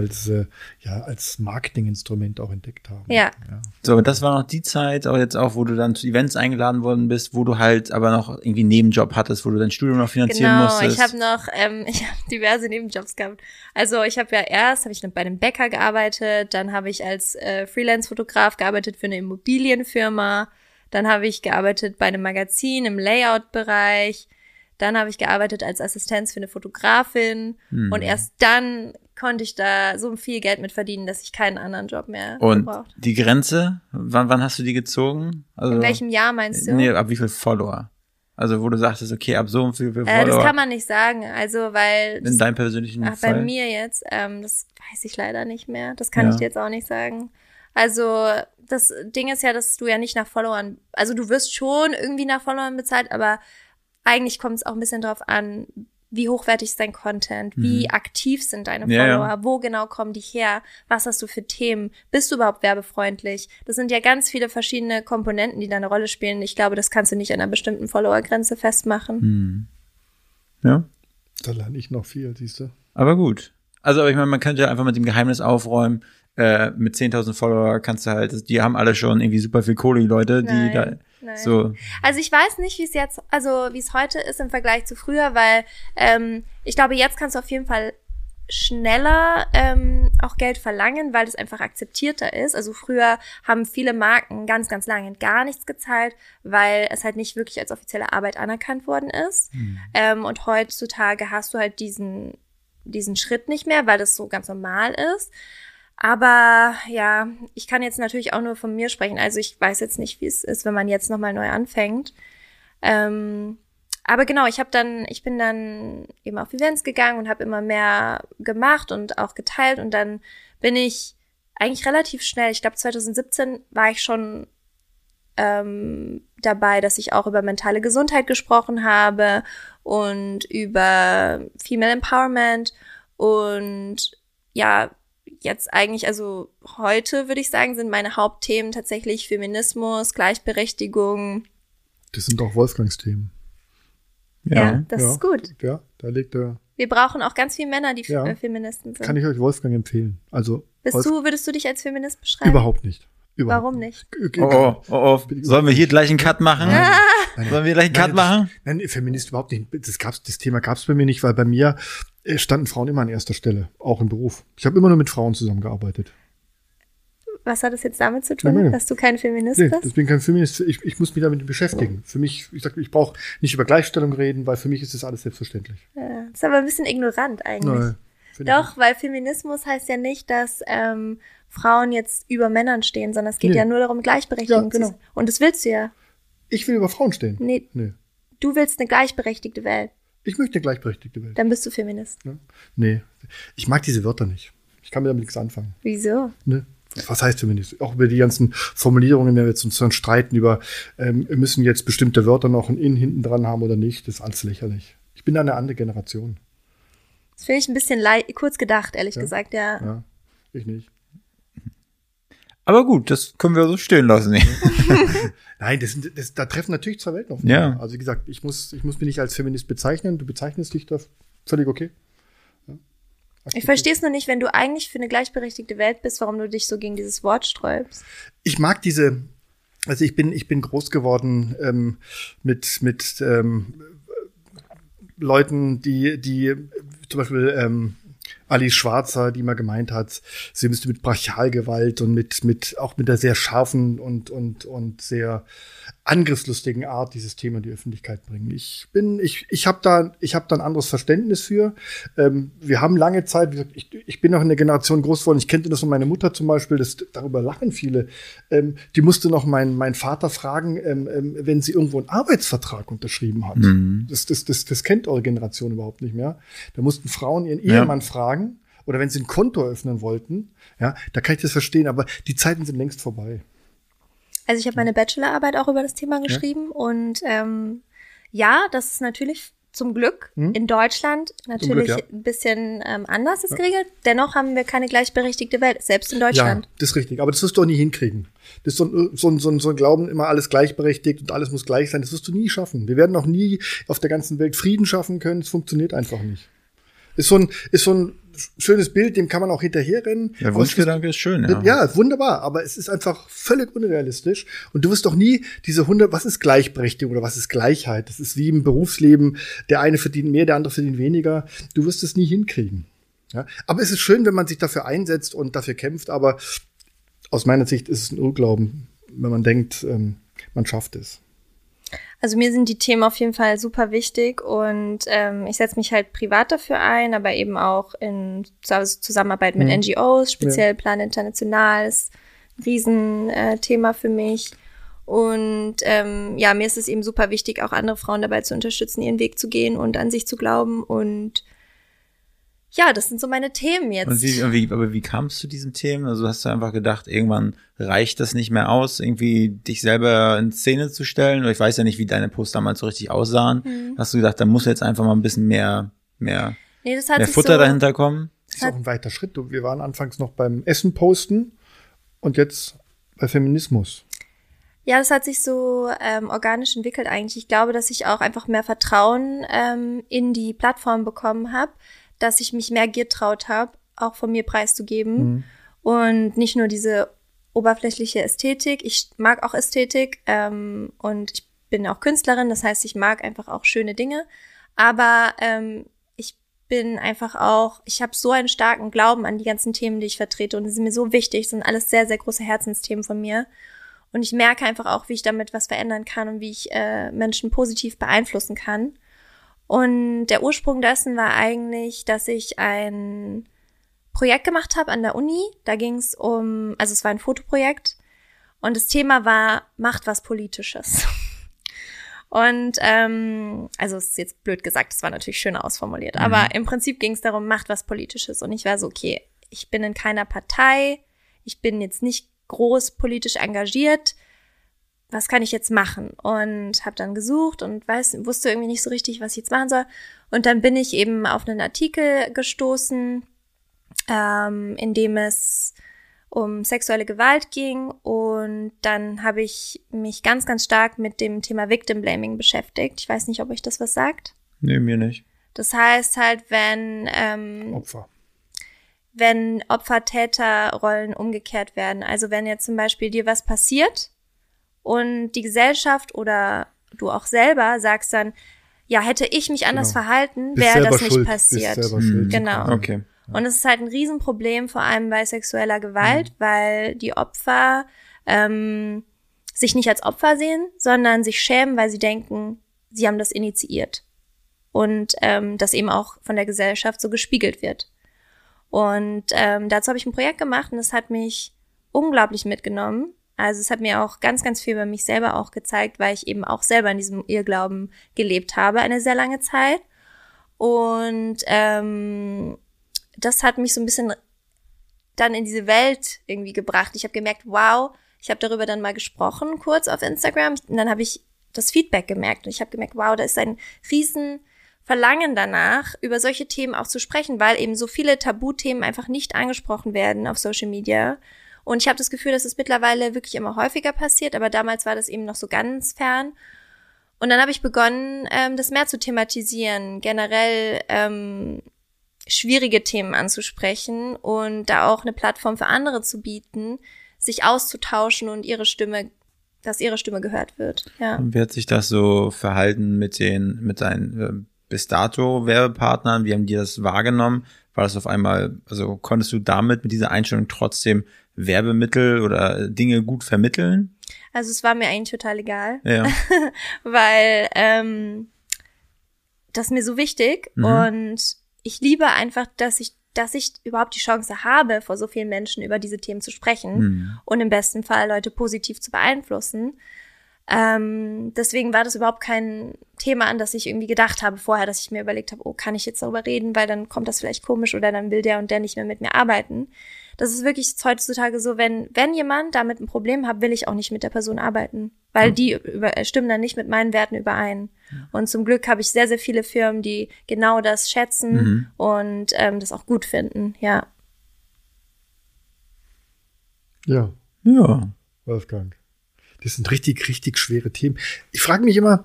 B: Marketinginstrument auch entdeckt haben.
C: Ja.
A: So, das war noch die Zeit, auch jetzt auch, wo du dann zu Events eingeladen worden bist, wo du halt aber noch irgendwie einen Nebenjob hattest, wo du dein Studium noch finanzieren musstest.
C: Genau, ich habe diverse Nebenjobs gehabt. Also ich habe ich bei einem Bäcker gearbeitet, dann habe ich als Freelance-Fotograf gearbeitet für eine Immobilienfirma, dann habe ich gearbeitet bei einem Magazin im Layout-Bereich. Dann habe ich gearbeitet als Assistenz für eine Fotografin und erst dann konnte ich da so viel Geld mit verdienen, dass ich keinen anderen Job mehr gebraucht.
A: Und die Grenze, wann hast du die gezogen? Also,
C: in welchem Jahr meinst du?
A: Nee, ab wie viel Follower? Also wo du sagtest, okay, ab so und viel Follower.
C: Das kann man nicht sagen, also weil
A: in deinem persönlichen Fall?
C: Bei mir jetzt, das weiß ich leider nicht mehr, das kann ich dir jetzt auch nicht sagen. Also das Ding ist ja, dass du ja nicht nach Followern, also du wirst schon irgendwie nach Followern bezahlt, aber eigentlich kommt es auch ein bisschen drauf an, wie hochwertig ist dein Content, wie aktiv sind deine Follower, wo genau kommen die her, was hast du für Themen, bist du überhaupt werbefreundlich? Das sind ja ganz viele verschiedene Komponenten, die da eine Rolle spielen. Ich glaube, das kannst du nicht an einer bestimmten Followergrenze festmachen.
B: Ja. Da lerne ich noch viel, siehst du.
A: Aber gut. Also, aber ich meine, man könnte ja einfach mit dem Geheimnis aufräumen, mit 10.000 Follower kannst du halt, die haben alle schon irgendwie super viel Kohle, die Leute, die da so.
C: Also ich weiß nicht, wie es heute ist im Vergleich zu früher, weil ich glaube, jetzt kannst du auf jeden Fall schneller auch Geld verlangen, weil es einfach akzeptierter ist. Also früher haben viele Marken ganz, ganz lange gar nichts gezahlt, weil es halt nicht wirklich als offizielle Arbeit anerkannt worden ist. Und heutzutage hast du halt diesen Schritt nicht mehr, weil das so ganz normal ist. Aber ja, ich kann jetzt natürlich auch nur von mir sprechen. Also ich weiß jetzt nicht, wie es ist, wenn man jetzt nochmal neu anfängt. Aber genau, ich bin dann eben auf Events gegangen und habe immer mehr gemacht und auch geteilt. Und dann bin ich eigentlich relativ schnell, ich glaube 2017 war ich schon dabei, dass ich auch über mentale Gesundheit gesprochen habe und über Female Empowerment. Und ja, jetzt eigentlich, also heute würde ich sagen, sind meine Hauptthemen tatsächlich Feminismus, Gleichberechtigung.
B: Das sind auch Wolfgangs Themen.
C: Ja, das ist gut.
B: Ja, da legt er.
C: Wir brauchen auch ganz viele Männer, die Feministen sind.
B: Kann ich euch Wolfgang empfehlen. Also
C: würdest du dich als Feminist beschreiben?
B: Überhaupt nicht.
C: Warum nicht?
A: Oh. Sollen wir hier gleich einen Cut machen? Sollen wir gleich einen Cut machen?
B: Nein, Feminist überhaupt nicht. Das Thema gab's bei mir nicht, weil bei mir standen Frauen immer an erster Stelle, auch im Beruf. Ich habe immer nur mit Frauen zusammengearbeitet.
C: Was hat das jetzt damit zu tun, dass du kein Feminist bist?
B: Ich bin kein Feminist. Ich muss mich damit beschäftigen. Für mich, ich brauche nicht über Gleichstellung reden, weil für mich ist das alles selbstverständlich.
C: Ja, ist aber ein bisschen ignorant eigentlich.
B: Nein.
C: Doch, weil Feminismus heißt ja nicht, dass Frauen jetzt über Männern stehen, sondern es geht ja nur darum, Gleichberechtigung zu sein. Und das willst du ja.
B: Ich will über Frauen stehen.
C: Nee. Du willst eine gleichberechtigte Welt.
B: Ich möchte eine gleichberechtigte Welt.
C: Dann bist du Feminist.
B: Ja. Nee. Ich mag diese Wörter nicht. Ich kann mir damit nichts anfangen.
C: Wieso?
B: Ne? Was heißt Feminismus? Auch über die ganzen Formulierungen, wenn wir jetzt uns dann streiten über, müssen jetzt bestimmte Wörter noch ein In hinten dran haben oder nicht, das ist alles lächerlich. Ich bin da eine andere Generation.
C: Das finde ich ein bisschen kurz gedacht, ehrlich gesagt, ja.
B: Ja, ich nicht.
A: Aber gut, das können wir so stehen lassen.
B: Nein, da treffen natürlich zwei Welten auf.
A: Ja.
B: Also wie gesagt, ich muss mich nicht als Feminist bezeichnen, du bezeichnest dich da völlig okay. Ja.
C: Ich verstehe es nur nicht, wenn du eigentlich für eine gleichberechtigte Welt bist, warum du dich so gegen dieses Wort sträubst.
B: Ich mag also ich bin groß geworden mit Leuten, die zum Beispiel Alice Schwarzer, die mal gemeint hat, sie müsste mit Brachialgewalt und auch mit der sehr scharfen und sehr angriffslustigen Art dieses Thema in die Öffentlichkeit bringen. Ich habe da ein anderes Verständnis für. Wir haben lange Zeit, wie gesagt, ich bin noch in der Generation groß geworden, ich kannte das von meiner Mutter zum Beispiel, darüber lachen viele. Die musste noch meinen Vater fragen, wenn sie irgendwo einen Arbeitsvertrag unterschrieben hat. Mhm. Das kennt eure Generation überhaupt nicht mehr. Da mussten Frauen ihren Ehemann fragen, oder wenn sie ein Konto eröffnen wollten, ja, da kann ich das verstehen, aber die Zeiten sind längst vorbei.
C: Also ich habe meine Bachelorarbeit auch über das Thema geschrieben und ja, das ist natürlich zum Glück in Deutschland natürlich ein bisschen anders ist geregelt. Dennoch haben wir keine gleichberechtigte Welt, selbst in Deutschland.
B: Ja, das ist richtig, aber das wirst du auch nie hinkriegen. Das ist so ein Glauben, immer alles gleichberechtigt und alles muss gleich sein, das wirst du nie schaffen. Wir werden auch nie auf der ganzen Welt Frieden schaffen können, es funktioniert einfach nicht. Ist so ein schönes Bild, dem kann man auch hinterherrennen.
A: Der Wunschgedanke ist schön, ja.
B: Ja, wunderbar, aber es ist einfach völlig unrealistisch. Und du wirst doch nie was ist Gleichberechtigung oder was ist Gleichheit? Das ist wie im Berufsleben, der eine verdient mehr, der andere verdient weniger. Du wirst es nie hinkriegen. Ja? Aber es ist schön, wenn man sich dafür einsetzt und dafür kämpft, aber aus meiner Sicht ist es ein Irrglauben, wenn man denkt, man schafft es.
C: Also mir sind die Themen auf jeden Fall super wichtig und ich setze mich halt privat dafür ein, aber eben auch in Zusammenarbeit mit NGOs, speziell Plan International ist ein Riesenthema für mich. Und ja, mir ist es eben super wichtig, auch andere Frauen dabei zu unterstützen, ihren Weg zu gehen und an sich zu glauben. Und ja, das sind so meine Themen jetzt.
A: Und wie kamst du zu diesen Themen? Also hast du einfach gedacht, irgendwann reicht das nicht mehr aus, irgendwie dich selber in Szene zu stellen? Oder ich weiß ja nicht, wie deine Posts damals so richtig aussahen. Hast du gedacht, da muss jetzt einfach mal ein bisschen mehr Futter dahinter kommen?
B: Das ist auch ein weiter Schritt. Wir waren anfangs noch beim Essen posten und jetzt bei Feminismus.
C: Ja, das hat sich so organisch entwickelt eigentlich. Ich glaube, dass ich auch einfach mehr Vertrauen in die Plattform bekommen habe, dass ich mich mehr getraut habe, auch von mir preiszugeben und nicht nur diese oberflächliche Ästhetik. Ich mag auch Ästhetik und ich bin auch Künstlerin, das heißt, ich mag einfach auch schöne Dinge, aber ich bin einfach auch, ich habe so einen starken Glauben an die ganzen Themen, die ich vertrete und die sind mir so wichtig, das sind alles sehr, sehr große Herzensthemen von mir und ich merke einfach auch, wie ich damit was verändern kann und wie ich Menschen positiv beeinflussen kann. Und der Ursprung dessen war eigentlich, dass ich ein Projekt gemacht habe an der Uni. Da ging es es war ein Fotoprojekt und das Thema war, macht was Politisches. Und also es ist jetzt blöd gesagt, es war natürlich schön ausformuliert, aber im Prinzip ging es darum, macht was Politisches. Und ich war so, okay, ich bin in keiner Partei, ich bin jetzt nicht groß politisch engagiert, was kann ich jetzt machen? Und habe dann gesucht und wusste irgendwie nicht so richtig, was ich jetzt machen soll. Und dann bin ich eben auf einen Artikel gestoßen, in dem es um sexuelle Gewalt ging. Und dann habe ich mich ganz, ganz stark mit dem Thema Victim Blaming beschäftigt. Ich weiß nicht, ob euch das was sagt.
A: Nee, mir nicht.
C: Das heißt halt, wenn Opfer-Täter-Rollen umgekehrt werden. Also wenn jetzt zum Beispiel dir was passiert, und die Gesellschaft oder du auch selber sagst dann, ja, hätte ich mich anders verhalten, wäre das nicht passiert. Genau.
A: Okay.
C: Und es ist halt ein Riesenproblem, vor allem bei sexueller Gewalt, weil die Opfer sich nicht als Opfer sehen, sondern sich schämen, weil sie denken, sie haben das initiiert. Und das eben auch von der Gesellschaft so gespiegelt wird. Und dazu habe ich ein Projekt gemacht und es hat mich unglaublich mitgenommen. Also es hat mir auch ganz, ganz viel über mich selber auch gezeigt, weil ich eben auch selber in diesem Irrglauben gelebt habe, eine sehr lange Zeit. Und das hat mich so ein bisschen dann in diese Welt irgendwie gebracht. Ich habe gemerkt, wow, ich habe darüber dann mal gesprochen, kurz auf Instagram. Und dann habe ich das Feedback gemerkt. Und ich habe gemerkt, wow, da ist ein riesen Verlangen danach, über solche Themen auch zu sprechen, weil eben so viele Tabuthemen einfach nicht angesprochen werden auf Social Media. Und ich habe das Gefühl, dass es mittlerweile wirklich immer häufiger passiert, aber damals war das eben noch so ganz fern. Und dann habe ich begonnen, das mehr zu thematisieren, generell schwierige Themen anzusprechen und da auch eine Plattform für andere zu bieten, sich auszutauschen und dass ihre Stimme gehört wird. Ja.
A: Und wie hat sich das so verhalten mit deinen bis dato Werbepartnern? Wie haben die das wahrgenommen? War das auf einmal, also konntest du damit mit dieser Einstellung trotzdem Werbemittel oder Dinge gut vermitteln?
C: Also es war mir eigentlich total egal,
A: ja.
C: weil das ist mir so wichtig und ich liebe einfach, dass ich überhaupt die Chance habe, vor so vielen Menschen über diese Themen zu sprechen und im besten Fall Leute positiv zu beeinflussen. Deswegen war das überhaupt kein Thema, an das ich irgendwie gedacht habe vorher, dass ich mir überlegt habe, oh, kann ich jetzt darüber reden, weil dann kommt das vielleicht komisch oder dann will der und der nicht mehr mit mir arbeiten. Das ist wirklich heutzutage so, wenn jemand damit ein Problem hat, will ich auch nicht mit der Person arbeiten, weil die stimmen dann nicht mit meinen Werten überein. Und zum Glück habe ich sehr, sehr viele Firmen, die genau das schätzen und das auch gut finden, ja.
B: Ja.
A: Ja.
B: Wolfgang. Das sind richtig, richtig schwere Themen. Ich frage mich immer,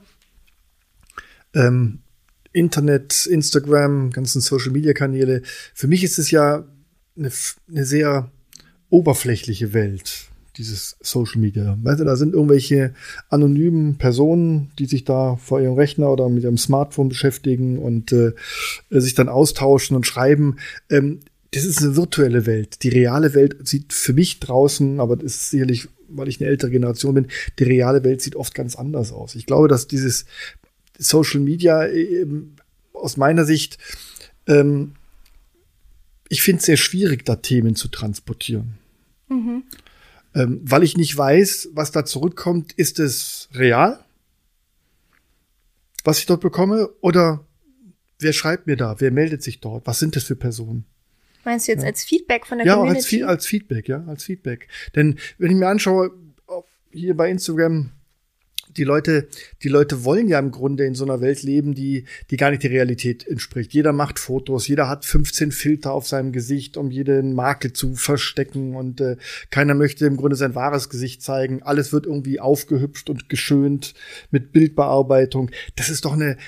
B: Internet, Instagram, ganzen Social-Media-Kanäle, für mich ist es ja eine sehr oberflächliche Welt, dieses Social Media. Weißt du, da sind irgendwelche anonymen Personen, die sich da vor ihrem Rechner oder mit ihrem Smartphone beschäftigen und sich dann austauschen und schreiben. Das ist eine virtuelle Welt. Die reale Welt sieht für mich draußen, aber das ist sicherlich, weil ich eine ältere Generation bin, die reale Welt sieht oft ganz anders aus. Ich glaube, dass dieses Social Media aus meiner Sicht ich finde es sehr schwierig, da Themen zu transportieren. Weil ich nicht weiß, was da zurückkommt. Ist es real, was ich dort bekomme? Oder wer schreibt mir da? Wer meldet sich dort? Was sind das für Personen?
C: Meinst du jetzt als Feedback von der Community?
B: Ja, als Feedback, ja, als Feedback. Denn wenn ich mir anschaue, hier bei Instagram, die Leute wollen ja im Grunde in so einer Welt leben, die gar nicht der Realität entspricht. Jeder macht Fotos, jeder hat 15 Filter auf seinem Gesicht, um jeden Makel zu verstecken und keiner möchte im Grunde sein wahres Gesicht zeigen. Alles wird irgendwie aufgehübscht und geschönt mit Bildbearbeitung. Das ist doch eine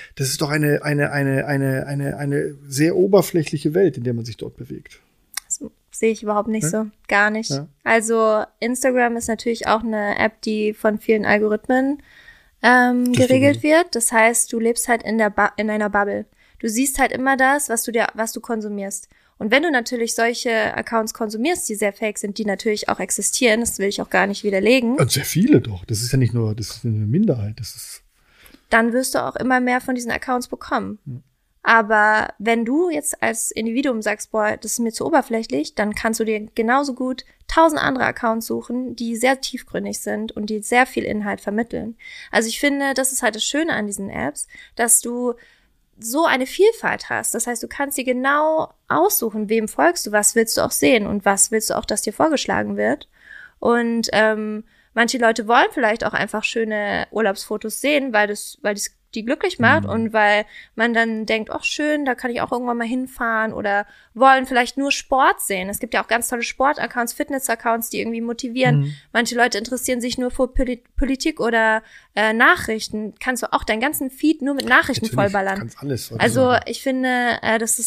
B: sehr oberflächliche Welt, in der man sich dort bewegt.
C: Sehe ich überhaupt nicht so. Gar nicht. Ja. Also Instagram ist natürlich auch eine App, die von vielen Algorithmen geregelt wird. Das heißt, du lebst halt in einer Bubble. Du siehst halt immer das, was du konsumierst. Und wenn du natürlich solche Accounts konsumierst, die sehr fake sind, die natürlich auch existieren, das will ich auch gar nicht widerlegen.
B: Und sehr viele doch. Das ist ja nicht nur, das ist eine Minderheit.
C: Dann wirst du auch immer mehr von diesen Accounts bekommen. Aber wenn du jetzt als Individuum sagst, boah, das ist mir zu oberflächlich, dann kannst du dir genauso gut 1000 andere Accounts suchen, die sehr tiefgründig sind und die sehr viel Inhalt vermitteln. Also ich finde, das ist halt das Schöne an diesen Apps, dass du so eine Vielfalt hast. Das heißt, du kannst dir genau aussuchen, wem folgst du, was willst du auch sehen und was willst du auch, dass dir vorgeschlagen wird. Und manche Leute wollen vielleicht auch einfach schöne Urlaubsfotos sehen, weil das die glücklich macht und weil man dann denkt, ach schön, da kann ich auch irgendwann mal hinfahren oder wollen vielleicht nur Sport sehen. Es gibt ja auch ganz tolle Sport-Accounts, Fitness-Accounts, die irgendwie motivieren. Manche Leute interessieren sich nur für Politik oder Nachrichten. Kannst du auch deinen ganzen Feed nur mit Nachrichten vollballern. Du kannst alles. Also ich finde,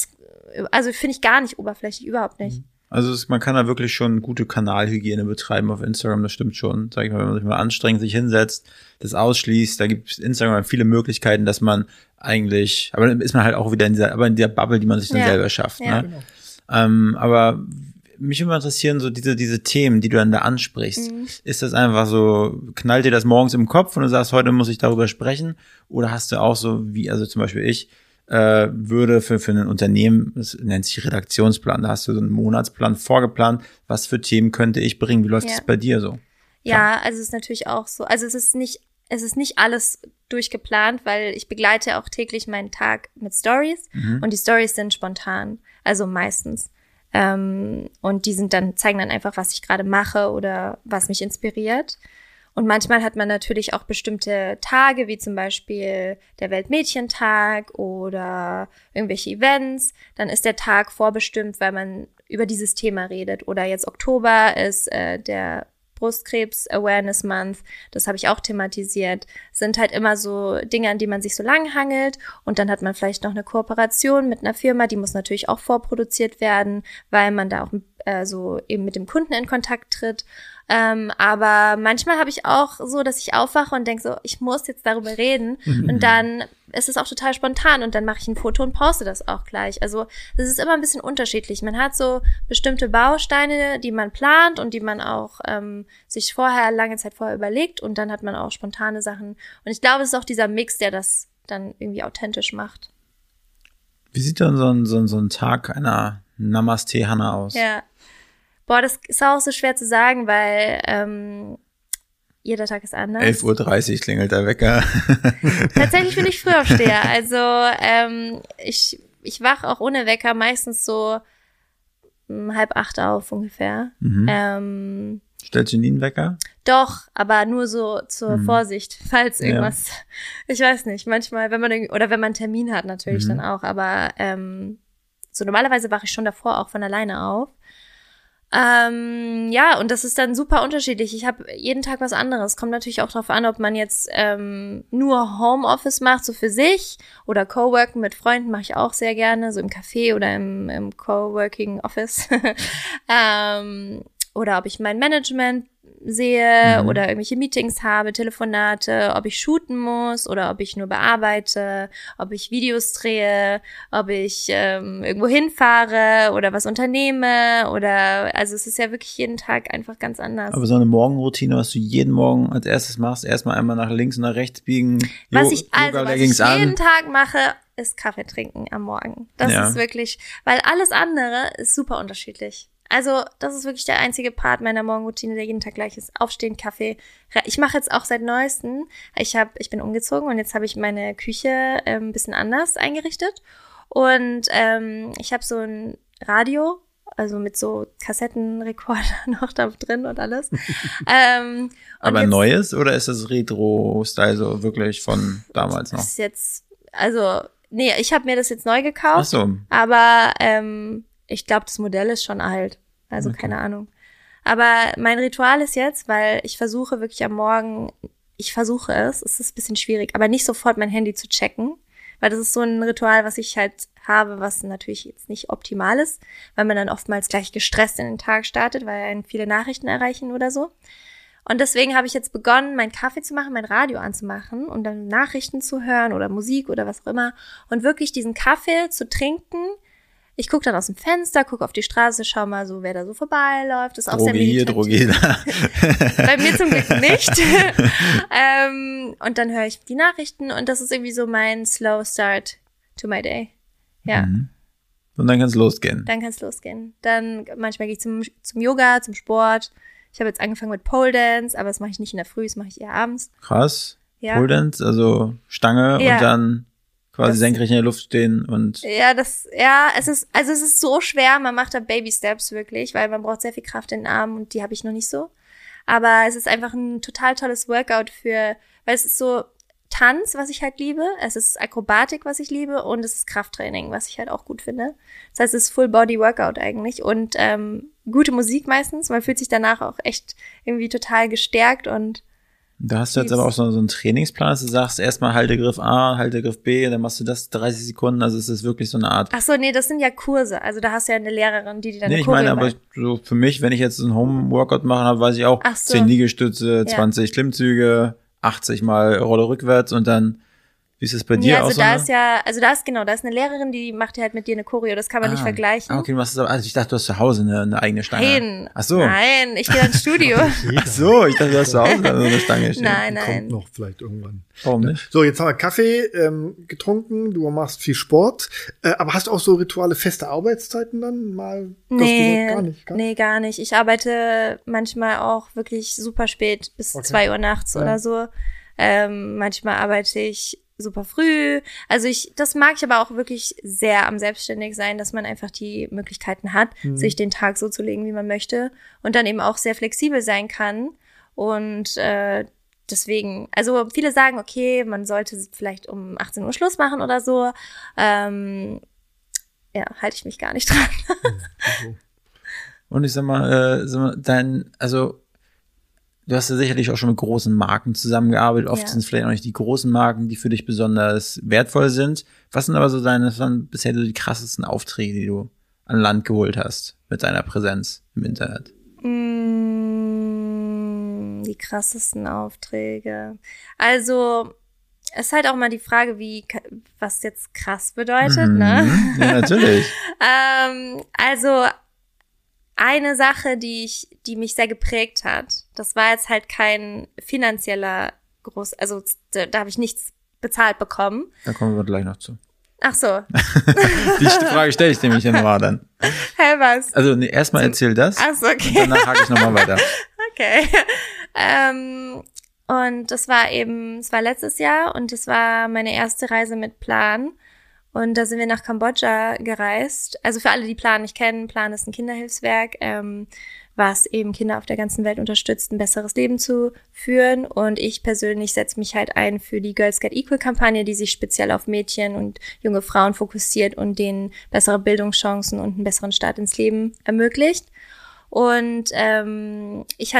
C: finde ich gar nicht oberflächlich, überhaupt nicht.
A: Also man kann da wirklich schon gute Kanalhygiene betreiben auf Instagram, das stimmt schon. Sag ich mal, wenn man sich mal anstrengt, sich hinsetzt, das ausschließt, da gibt es Instagram viele Möglichkeiten, dass man eigentlich, aber dann ist man halt auch wieder in dieser Bubble, die man sich dann selber schafft. Ja. Ne? Genau. Aber mich immer interessieren so diese Themen, die du dann da ansprichst. Ist das einfach so, knallt dir das morgens im Kopf und du sagst, heute muss ich darüber sprechen? Oder hast du auch so, also zum Beispiel ich, würde für ein Unternehmen, das nennt sich Redaktionsplan, da hast du so einen Monatsplan vorgeplant, was für Themen könnte ich bringen, wie läuft es bei dir so?
C: Ja, also es ist natürlich auch so, also es ist nicht alles durchgeplant, weil ich begleite auch täglich meinen Tag mit Stories und die Stories sind spontan, also meistens. Und die zeigen dann einfach, was ich gerade mache oder was mich inspiriert. Und manchmal hat man natürlich auch bestimmte Tage, wie zum Beispiel der Weltmädchentag oder irgendwelche Events. Dann ist der Tag vorbestimmt, weil man über dieses Thema redet. Oder jetzt Oktober ist der Brustkrebs Awareness Month, das habe ich auch thematisiert, sind halt immer so Dinge, an die man sich so lang hangelt und dann hat man vielleicht noch eine Kooperation mit einer Firma, die muss natürlich auch vorproduziert werden, weil man da auch so eben mit dem Kunden in Kontakt tritt. Aber manchmal habe ich auch so, dass ich aufwache und denke so, ich muss jetzt darüber reden und dann ist es auch total spontan und dann mache ich ein Foto und poste das auch gleich. Also das ist immer ein bisschen unterschiedlich. Man hat so bestimmte Bausteine, die man plant und die man auch sich lange Zeit vorher überlegt und dann hat man auch spontane Sachen. Und ich glaube, es ist auch dieser Mix, der das dann irgendwie authentisch macht.
A: Wie sieht dann so ein Tag einer Namaste Hannah aus?
C: Ja. Boah, das ist auch so schwer zu sagen, weil jeder Tag ist anders.
A: 11:30 Uhr klingelt der Wecker.
C: Tatsächlich bin ich Frühaufsteher. Also ich wach auch ohne Wecker meistens so 7:30 auf ungefähr.
A: Stellst du nie einen Wecker?
C: Doch, aber nur so zur Vorsicht, falls irgendwas, ich weiß nicht, manchmal, wenn man einen Termin hat natürlich dann auch, aber so normalerweise wache ich schon davor auch von alleine auf. Ja, und das ist dann super unterschiedlich. Ich habe jeden Tag was anderes. Kommt natürlich auch darauf an, ob man jetzt nur Homeoffice macht, so für sich, oder Coworken mit Freunden mache ich auch sehr gerne, so im Café oder im Coworking Office. Oder ob ich mein Management sehe oder irgendwelche Meetings habe, Telefonate, ob ich shooten muss oder ob ich nur bearbeite, ob ich Videos drehe, ob ich irgendwo hinfahre oder was unternehme oder, also es ist ja wirklich jeden Tag einfach ganz anders.
A: Aber so eine Morgenroutine, was du jeden Morgen als erstes machst, erstmal einmal nach links und nach rechts biegen,
C: was ich jeden Tag mache, ist Kaffee trinken am Morgen. Das ist wirklich, weil alles andere ist super unterschiedlich. Also das ist wirklich der einzige Part meiner Morgenroutine, der jeden Tag gleich ist. Aufstehen, Kaffee. Ich mache jetzt auch seit Neuestem, ich bin umgezogen und jetzt habe ich meine Küche ein bisschen anders eingerichtet. Und ich habe so ein Radio, also mit so Kassettenrekorder noch da drin und alles.
A: Aber jetzt, neues oder ist das Retro-Style so wirklich von damals noch?
C: Das ist jetzt, also, nee, ich habe mir das jetzt neu gekauft.
A: Ach so.
C: Aber ich glaube, das Modell ist schon alt. Also keine Ahnung. Aber mein Ritual ist jetzt, weil ich versuche wirklich am Morgen, es ist ein bisschen schwierig, aber nicht sofort mein Handy zu checken, weil das ist so ein Ritual, was ich halt habe, was natürlich jetzt nicht optimal ist, weil man dann oftmals gleich gestresst in den Tag startet, weil einen viele Nachrichten erreichen oder so. Und deswegen habe ich jetzt begonnen, meinen Kaffee zu machen, mein Radio anzumachen und dann Nachrichten zu hören oder Musik oder was auch immer und wirklich diesen Kaffee zu trinken. Ich gucke dann aus dem Fenster, gucke auf die Straße, schau mal so, wer da so vorbeiläuft. Das ist auch
A: Droge
C: sehr meditativ.
A: Droge da.
C: Bei mir zum Glück nicht. Und dann höre ich die Nachrichten und das ist irgendwie so mein slow start to my day. Ja.
A: Und dann kann es losgehen.
C: Dann manchmal gehe ich zum Yoga, zum Sport. Ich habe jetzt angefangen mit Pole Dance, aber das mache ich nicht in der Früh, das mache ich eher abends.
A: Krass.
C: Ja.
A: Pole Dance, also Stange und dann quasi senkrecht in der Luft stehen und.
C: Es ist so schwer, man macht da Baby Steps wirklich, weil man braucht sehr viel Kraft in den Armen und die habe ich noch nicht so. Aber es ist einfach ein total tolles Workout weil es ist so Tanz, was ich halt liebe, es ist Akrobatik, was ich liebe und es ist Krafttraining, was ich halt auch gut finde. Das heißt, es ist Full Body Workout eigentlich und gute Musik meistens, man fühlt sich danach auch echt irgendwie total gestärkt und
A: da hast du jetzt aber auch so einen Trainingsplan, dass du sagst, erstmal Haltegriff A, Haltegriff B, dann machst du das 30 Sekunden, also es ist wirklich so eine Art.
C: Ach so, nee, das sind ja Kurse, also da hast du ja eine Lehrerin, die dann
A: ich meine, aber so für mich, wenn ich jetzt einen Home-Workout machen habe, weiß ich auch, 10 Liegestütze, 20 Klimmzüge, 80 mal Rolle rückwärts und dann, wie ist es bei dir aus?
C: Da ist eine Lehrerin, die macht ja halt mit dir eine Choreo, das kann man nicht vergleichen.
A: Okay, du machst das aber, also ich dachte, du hast zu Hause eine eigene Stange.
C: Nein.
A: Ach so.
C: Nein, ich gehe ins Studio.
A: Ach so, ich dachte, du hast zu Hause eine Stange stehen.
C: Nein.
B: Kommt noch vielleicht irgendwann.
A: Warum nicht?
B: So, jetzt haben wir Kaffee getrunken, du machst viel Sport, aber hast du auch so Rituale, feste Arbeitszeiten dann mal?
C: Nee, gar nicht. Ich arbeite manchmal auch wirklich super spät, bis 2 Uhr nachts oder so. Manchmal arbeite ich super früh. Also das mag ich aber auch wirklich sehr am Selbstständigsein, dass man einfach die Möglichkeiten hat, sich den Tag so zu legen, wie man möchte und dann eben auch sehr flexibel sein kann. Und deswegen, also viele sagen, okay, man sollte vielleicht um 18 Uhr Schluss machen oder so. Ja, halte ich mich gar nicht dran.
A: Und ich sag mal, also du hast ja sicherlich auch schon mit großen Marken zusammengearbeitet. Oft sind es vielleicht auch nicht die großen Marken, die für dich besonders wertvoll sind. Was sind aber so bisher so die krassesten Aufträge, die du an Land geholt hast mit deiner Präsenz im Internet?
C: Die krassesten Aufträge. Also, es ist halt auch mal die Frage, was jetzt krass bedeutet, ne?
A: Ja, natürlich.
C: Also, eine Sache, die mich sehr geprägt hat, das war jetzt halt kein finanzieller also da habe ich nichts bezahlt bekommen.
A: Da kommen wir gleich noch zu.
C: Ach so.
A: Die Frage stelle ich dir nämlich nochmal dann.
C: Hä, was?
A: Also erstmal erzähl das.
C: Ach so, okay.
A: Und danach hake ich nochmal weiter.
C: Okay. Und es war letztes Jahr und es war meine erste Reise mit Plan. Und da sind wir nach Kambodscha gereist. Also für alle, die Plan nicht kennen, Plan ist ein Kinderhilfswerk, was eben Kinder auf der ganzen Welt unterstützt, ein besseres Leben zu führen. Und ich persönlich setze mich halt ein für die Girls Get Equal-Kampagne, die sich speziell auf Mädchen und junge Frauen fokussiert und denen bessere Bildungschancen und einen besseren Start ins Leben ermöglicht. Und ich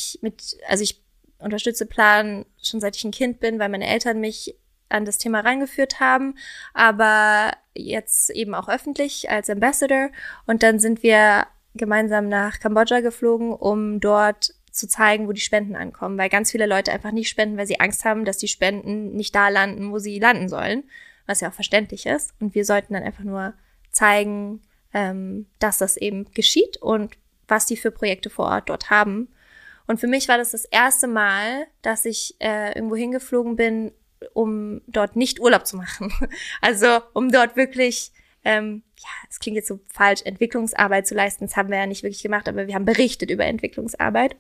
C: unterstütze Plan schon seit ich ein Kind bin, weil meine Eltern mich an das Thema rangeführt haben, aber jetzt eben auch öffentlich als Ambassador. Und dann sind wir gemeinsam nach Kambodscha geflogen, um dort zu zeigen, wo die Spenden ankommen, weil ganz viele Leute einfach nicht spenden, weil sie Angst haben, dass die Spenden nicht da landen, wo sie landen sollen, was ja auch verständlich ist. Und wir sollten dann einfach nur zeigen, dass das eben geschieht und was die für Projekte vor Ort dort haben. Und für mich war das erste Mal, dass ich irgendwo hingeflogen bin, um dort nicht Urlaub zu machen. Also um dort wirklich, es klingt jetzt so falsch, Entwicklungsarbeit zu leisten. Das haben wir ja nicht wirklich gemacht, aber wir haben berichtet über Entwicklungsarbeit.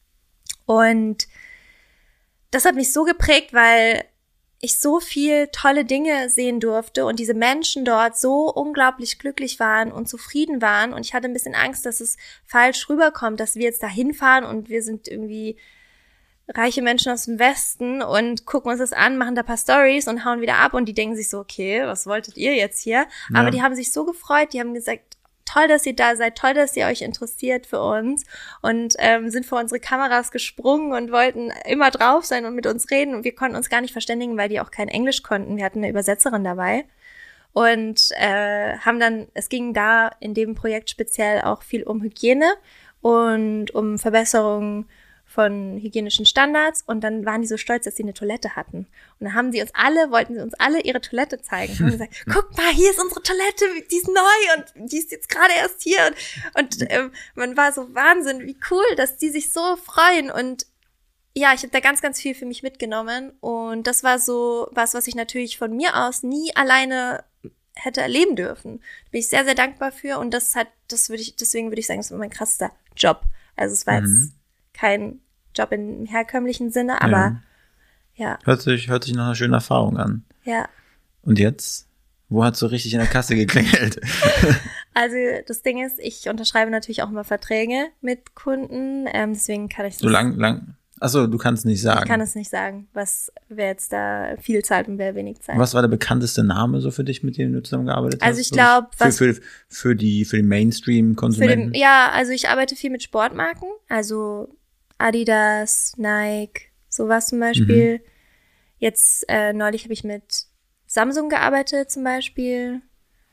C: Und das hat mich so geprägt, weil ich so viel tolle Dinge sehen durfte und diese Menschen dort so unglaublich glücklich waren und zufrieden waren. Und ich hatte ein bisschen Angst, dass es falsch rüberkommt, dass wir jetzt da hinfahren und wir sind irgendwie reiche Menschen aus dem Westen und gucken uns das an, machen da ein paar Stories und hauen wieder ab und die denken sich so, okay, was wolltet ihr jetzt hier? Ja. Aber die haben sich so gefreut, die haben gesagt, toll, dass ihr da seid, toll, dass ihr euch interessiert für uns und sind vor unsere Kameras gesprungen und wollten immer drauf sein und mit uns reden und wir konnten uns gar nicht verständigen, weil die auch kein Englisch konnten. Wir hatten eine Übersetzerin dabei und es ging da in dem Projekt speziell auch viel um Hygiene und um Verbesserungen von hygienischen Standards und dann waren die so stolz, dass sie eine Toilette hatten. Und dann wollten sie uns alle ihre Toilette zeigen. Und haben gesagt, guck mal, hier ist unsere Toilette, die ist neu und die ist jetzt gerade erst hier. Und man war so Wahnsinn, wie cool, dass die sich so freuen. Und ja, ich habe da ganz, ganz viel für mich mitgenommen. Und das war so was ich natürlich von mir aus nie alleine hätte erleben dürfen. Da bin ich sehr, sehr dankbar für. Und deswegen würde ich sagen, das war mein krassester Job. Also es war jetzt kein Job im herkömmlichen Sinne, aber ja.
A: Hört sich nach einer schönen Erfahrung an.
C: Ja.
A: Und jetzt? Wo hat so richtig in der Kasse geklingelt?
C: Also das Ding ist, ich unterschreibe natürlich auch immer Verträge mit Kunden, deswegen kann ich
A: so lang. Achso, du kannst nicht sagen.
C: Ich kann es nicht sagen, wer jetzt da viel zahlt und wer wenig zahlt.
A: Was war der bekannteste Name so für dich, mit dem du zusammengearbeitet hast?
C: Also ich glaube,
A: für die Mainstream-Konsumenten?
C: Also ich arbeite viel mit Sportmarken, also Adidas, Nike, sowas zum Beispiel. Jetzt neulich habe ich mit Samsung gearbeitet zum Beispiel.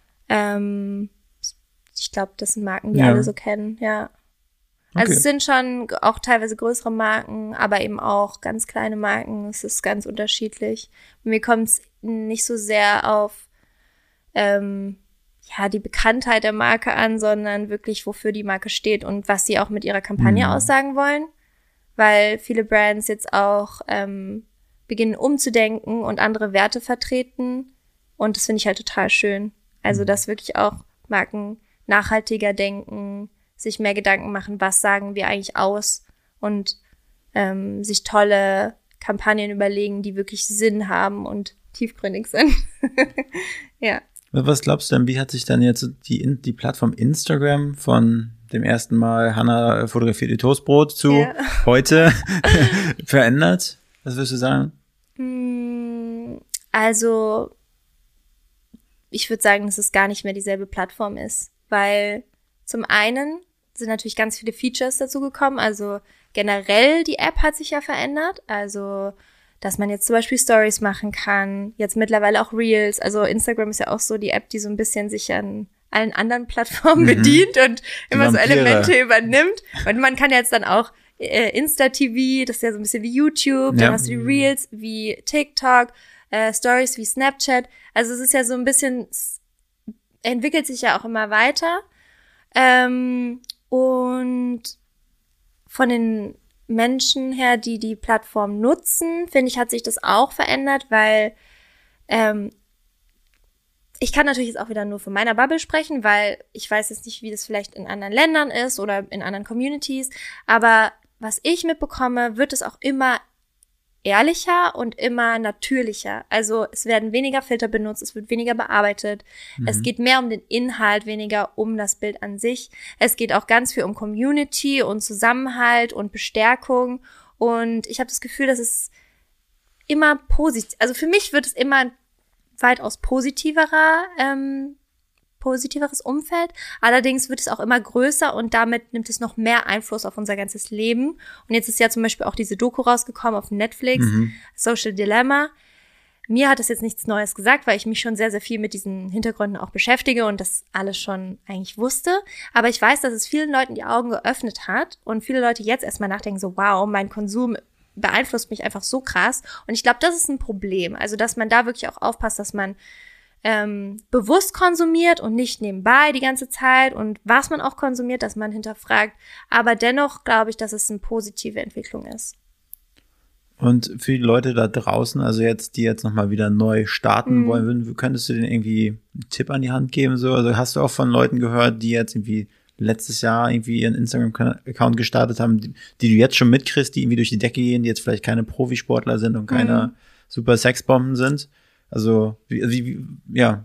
C: Ich glaube, das sind Marken, die alle so kennen, ja. Also es sind schon auch teilweise größere Marken, aber eben auch ganz kleine Marken. Es ist ganz unterschiedlich. Mir kommt es nicht so sehr auf die Bekanntheit der Marke an, sondern wirklich, wofür die Marke steht und was sie auch mit ihrer Kampagne aussagen wollen. Weil viele Brands jetzt auch beginnen umzudenken und andere Werte vertreten. Und das finde ich halt total schön. Also, dass wirklich auch Marken nachhaltiger denken, sich mehr Gedanken machen, was sagen wir eigentlich aus und sich tolle Kampagnen überlegen, die wirklich Sinn haben und tiefgründig sind. Ja.
A: Was glaubst du denn, wie hat sich dann jetzt die Plattform Instagram von dem ersten Mal Hannah fotografiert ihr Toastbrot zu heute verändert? Was würdest du sagen?
C: Also, ich würde sagen, dass es gar nicht mehr dieselbe Plattform ist, weil zum einen sind natürlich ganz viele Features dazu gekommen, also generell die App hat sich ja verändert, also dass man jetzt zum Beispiel Stories machen kann, jetzt mittlerweile auch Reels, also Instagram ist ja auch so die App, die so ein bisschen sich an allen anderen Plattformen bedient und immer so Elemente übernimmt. Und man kann jetzt dann auch Insta-TV, das ist ja so ein bisschen wie YouTube, dann hast du die Reels wie TikTok, Stories wie Snapchat. Also es ist ja so ein bisschen, entwickelt sich ja auch immer weiter. Und von den Menschen her, die die Plattform nutzen, finde ich, hat sich das auch verändert, weil ich kann natürlich jetzt auch wieder nur von meiner Bubble sprechen, weil ich weiß jetzt nicht, wie das vielleicht in anderen Ländern ist oder in anderen Communities, aber was ich mitbekomme, wird es auch immer ehrlicher und immer natürlicher. Also es werden weniger Filter benutzt, es wird weniger bearbeitet. Es geht mehr um den Inhalt, weniger um das Bild an sich. Es geht auch ganz viel um Community und Zusammenhalt und Bestärkung. Und ich habe das Gefühl, dass es immer positiv, also für mich wird es immer ein weitaus positiveres Umfeld. Allerdings wird es auch immer größer und damit nimmt es noch mehr Einfluss auf unser ganzes Leben. Und jetzt ist ja zum Beispiel auch diese Doku rausgekommen auf Netflix, Social Dilemma. Mir hat das jetzt nichts Neues gesagt, weil ich mich schon sehr, sehr viel mit diesen Hintergründen auch beschäftige und das alles schon eigentlich wusste. Aber ich weiß, dass es vielen Leuten die Augen geöffnet hat und viele Leute jetzt erstmal nachdenken so, wow, mein Konsum beeinflusst mich einfach so krass. Und ich glaube, das ist ein Problem. Also, dass man da wirklich auch aufpasst, dass man bewusst konsumiert und nicht nebenbei die ganze Zeit und was man auch konsumiert, dass man hinterfragt. Aber dennoch glaube ich, dass es eine positive Entwicklung ist.
A: Und für die Leute da draußen, also jetzt, die jetzt nochmal wieder neu starten wollen, könntest du denen irgendwie einen Tipp an die Hand geben? So? Also hast du auch von Leuten gehört, die jetzt irgendwie letztes Jahr irgendwie ihren Instagram-Account gestartet haben, die du jetzt schon mitkriegst, die irgendwie durch die Decke gehen, die jetzt vielleicht keine Profisportler sind und keine super Sexbomben sind? Also, ja.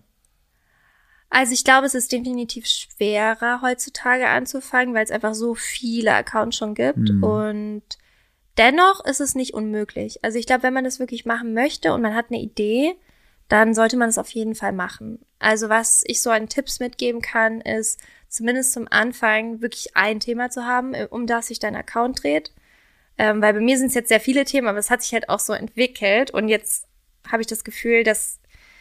C: Also ich glaube, es ist definitiv schwerer heutzutage anzufangen, weil es einfach so viele Accounts schon gibt und dennoch ist es nicht unmöglich. Also ich glaube, wenn man das wirklich machen möchte und man hat eine Idee, dann sollte man es auf jeden Fall machen. Also was ich so an Tipps mitgeben kann, ist zumindest zum Anfang wirklich ein Thema zu haben, um das sich dein Account dreht. Weil bei mir sind es jetzt sehr viele Themen, aber es hat sich halt auch so entwickelt und jetzt habe ich das Gefühl, dass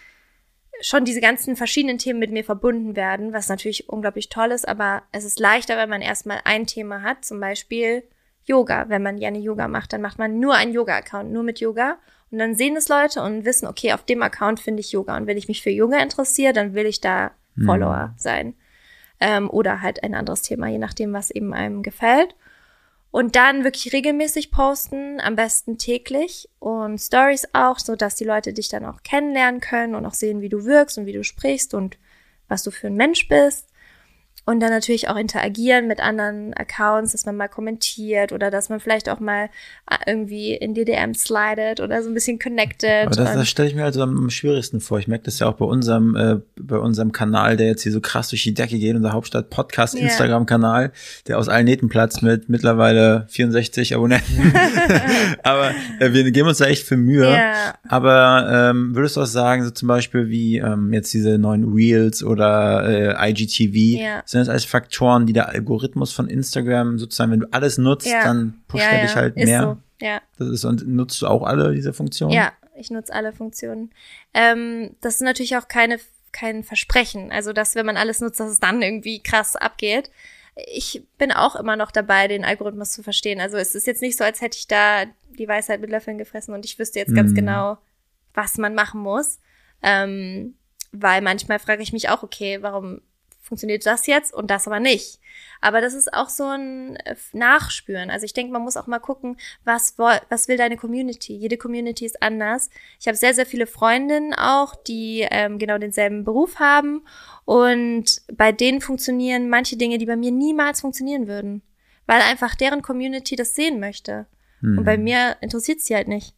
C: schon diese ganzen verschiedenen Themen mit mir verbunden werden, was natürlich unglaublich toll ist, aber es ist leichter, wenn man erstmal ein Thema hat, zum Beispiel Yoga. Wenn man gerne Yoga macht, dann macht man nur einen Yoga-Account, nur mit Yoga und dann sehen es Leute und wissen, okay, auf dem Account finde ich Yoga und wenn ich mich für Yoga interessiere, dann will ich da Follower sein. Oder halt ein anderes Thema, je nachdem, was eben einem gefällt. Und dann wirklich regelmäßig posten, am besten täglich und Stories auch, so dass die Leute dich dann auch kennenlernen können und auch sehen, wie du wirkst und wie du sprichst und was du für ein Mensch bist. Und dann natürlich auch interagieren mit anderen Accounts, dass man mal kommentiert oder dass man vielleicht auch mal irgendwie in die DM slidet oder so ein bisschen connected.
A: Aber das stelle ich mir also am schwierigsten vor. Ich merke das ja auch bei unserem Kanal, der jetzt hier so krass durch die Decke geht, unser Hauptstadt-Podcast, Instagram-Kanal, der aus allen Nähten platzt mit mittlerweile 64 Abonnenten. Aber wir geben uns da echt für Mühe.
C: Yeah.
A: Aber würdest du auch sagen, so zum Beispiel wie jetzt diese neuen Reels oder IGTV, sind das alles Faktoren, die der Algorithmus von Instagram sozusagen, wenn du alles nutzt, dann pusht er dich halt mehr.
C: So. Ja.
A: Das ist, und nutzt du auch alle diese Funktionen?
C: Ja, ich nutze alle Funktionen. Das ist natürlich auch kein Versprechen. Also, dass wenn man alles nutzt, dass es dann irgendwie krass abgeht. Ich bin auch immer noch dabei, den Algorithmus zu verstehen. Also, es ist jetzt nicht so, als hätte ich da die Weisheit mit Löffeln gefressen und ich wüsste jetzt ganz genau, was man machen muss. Weil manchmal frage ich mich auch, okay, warum funktioniert das jetzt und das aber nicht. Aber das ist auch so ein Nachspüren. Also ich denke, man muss auch mal gucken, was will deine Community? Jede Community ist anders. Ich habe sehr, sehr viele Freundinnen auch, die genau denselben Beruf haben und bei denen funktionieren manche Dinge, die bei mir niemals funktionieren würden, weil einfach deren Community das sehen möchte. Und bei mir interessiert sie halt nicht.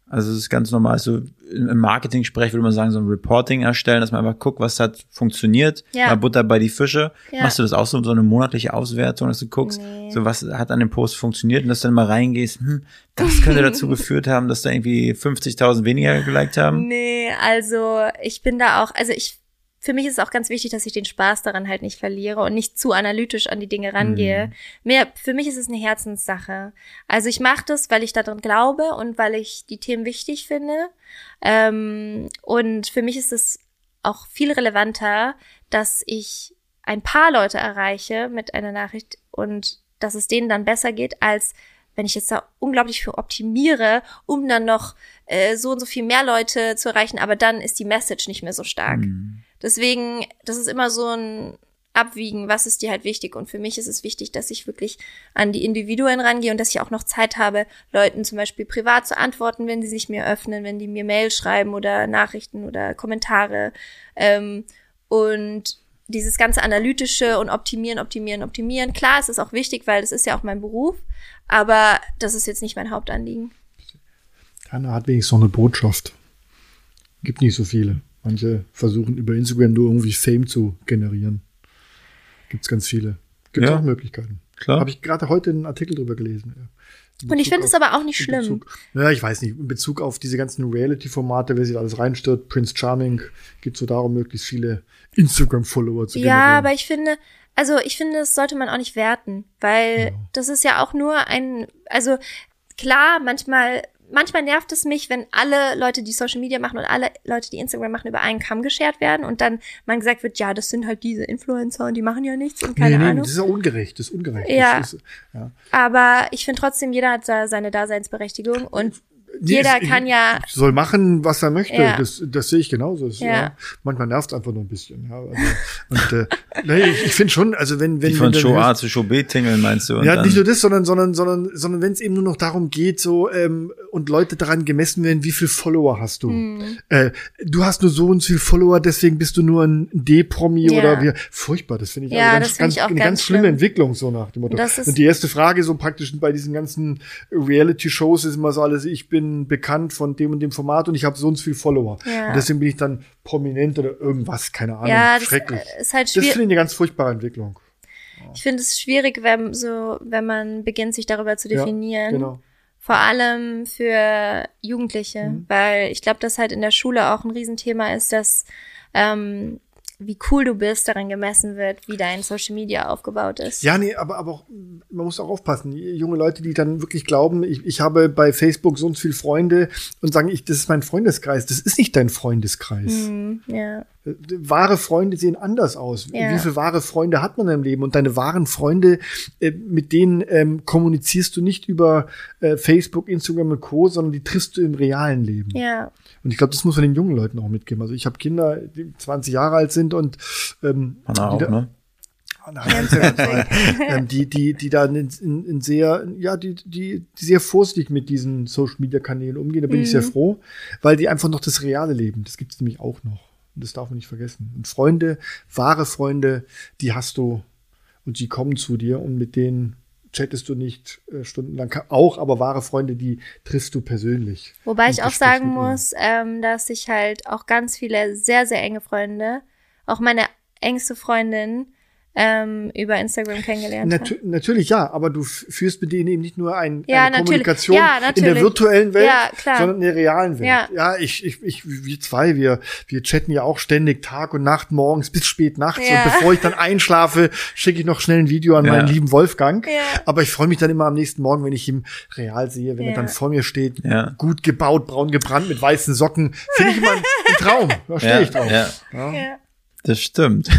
A: Also es ist ganz normal, so im Marketing-Sprech würde man sagen, so ein Reporting erstellen, dass man einfach guckt, was hat funktioniert, mal Butter bei die Fische. Ja. Machst du das auch so eine monatliche Auswertung, dass du guckst, so was hat an dem Post funktioniert und dass du dann mal reingehst, das könnte dazu geführt haben, dass da irgendwie 50.000 weniger geliked haben?
C: Nee, also ich bin da auch, für mich ist es auch ganz wichtig, dass ich den Spaß daran halt nicht verliere und nicht zu analytisch an die Dinge rangehe. Für mich ist es eine Herzenssache. Also ich mache das, weil ich daran glaube und weil ich die Themen wichtig finde. Und für mich ist es auch viel relevanter, dass ich ein paar Leute erreiche mit einer Nachricht und dass es denen dann besser geht, als wenn ich jetzt da unglaublich viel optimiere, um dann noch so und so viel mehr Leute zu erreichen, aber dann ist die Message nicht mehr so stark. Deswegen, das ist immer so ein Abwiegen, was ist dir halt wichtig. Und für mich ist es wichtig, dass ich wirklich an die Individuen rangehe und dass ich auch noch Zeit habe, Leuten zum Beispiel privat zu antworten, wenn die sich mir öffnen, wenn die mir Mail schreiben oder Nachrichten oder Kommentare. Und dieses ganze Analytische und optimieren. Klar, es ist auch wichtig, weil das ist ja auch mein Beruf, aber das ist jetzt nicht mein Hauptanliegen.
B: Keiner hat wenigstens noch eine Botschaft. Gibt nicht so viele. Manche versuchen über Instagram nur irgendwie Fame zu generieren. Gibt's ganz viele. Gibt auch Möglichkeiten.
A: Klar.
B: Habe ich gerade heute einen Artikel drüber gelesen. Ja.
C: Und ich finde es aber auch nicht schlimm.
B: Ich weiß nicht, in Bezug auf diese ganzen Reality-Formate, wer sich da alles reinstört, Prince Charming, geht es so darum, möglichst viele Instagram-Follower zu generieren.
C: Ja, aber ich finde, das sollte man auch nicht werten, weil das ist ja auch nur klar, manchmal nervt es mich, wenn alle Leute, die Social Media machen und alle Leute, die Instagram machen, über einen Kamm geschert werden und dann man gesagt wird, ja, das sind halt diese Influencer und die machen ja nichts und keine Ahnung.
B: Das ist ja ungerecht, das ist ungerecht.
C: Ja,
B: das ist,
C: aber ich finde trotzdem, jeder hat da seine Daseinsberechtigung und jeder kann ja...
B: Soll machen, was er möchte.
C: Ja.
B: Das sehe ich genauso. Manchmal nervt es einfach nur ein bisschen. Ja, also, und ich finde schon, also wenn
A: die von Show A zu Show B tingeln, meinst du? Und
B: ja, nicht nur das, sondern wenn es eben nur noch darum geht, so und Leute daran gemessen werden, wie viel Follower hast du. Du hast nur so und so viel Follower, deswegen bist du nur ein D-Promi oder wie. Furchtbar, das finde ich eine ganz schlimme Entwicklung, so nach dem Motto. Und die erste Frage so praktisch bei diesen ganzen Reality-Shows ist immer so alles, ich bin bekannt von dem und dem Format und ich habe so und so viel Follower. Ja. Und deswegen bin ich dann prominent oder irgendwas, keine Ahnung. Ja, schrecklich.
C: Ist halt schwierig.
B: Das finde ich eine ganz furchtbare Entwicklung.
C: Ich finde es schwierig, wenn man beginnt, sich darüber zu definieren. Ja, genau. Vor allem für Jugendliche, weil ich glaube, dass halt in der Schule auch ein Riesenthema ist, dass wie cool du bist, daran gemessen wird, wie dein Social Media aufgebaut ist.
B: Ja, nee, aber auch, man muss auch aufpassen. Junge Leute, die dann wirklich glauben, ich habe bei Facebook so und so viele Freunde und sagen, das ist mein Freundeskreis. Das ist nicht dein Freundeskreis.
C: Ja.
B: Wahre Freunde sehen anders aus. Ja. Wie viele wahre Freunde hat man im Leben? Und deine wahren Freunde, mit denen kommunizierst du nicht über Facebook, Instagram und Co., sondern die triffst du im realen Leben.
C: Ja.
B: Und ich glaube, das muss man den jungen Leuten auch mitgeben. Also ich habe Kinder, die 20 Jahre alt sind und
A: Hanna auch, ne?
B: Die da in sehr, die sehr vorsichtig mit diesen Social-Media-Kanälen umgehen. Da bin ich sehr froh, weil die einfach noch das reale Leben, das gibt es nämlich auch noch. Und das darf man nicht vergessen. Und Freunde, wahre Freunde, die hast du und die kommen zu dir und mit denen chattest du nicht stundenlang auch, aber wahre Freunde, die triffst du persönlich.
C: Wobei ich auch sagen muss, dass ich halt auch ganz viele sehr, sehr enge Freunde, auch meine engste Freundin, über Instagram kennengelernt habe.
B: Natürlich, ja, aber du führst mit denen eben nicht nur eine Kommunikation in der virtuellen Welt, sondern in der realen Welt. Ja, wir chatten ja auch ständig Tag und Nacht, morgens bis spät nachts. Und bevor ich dann einschlafe, schicke ich noch schnell ein Video an meinen lieben Wolfgang. Ja. Aber ich freue mich dann immer am nächsten Morgen, wenn ich ihn real sehe, wenn er dann vor mir steht, gut gebaut, braun gebrannt, mit weißen Socken. Finde ich immer ein Traum. Da stehe ich drauf.
A: Ja. Das stimmt.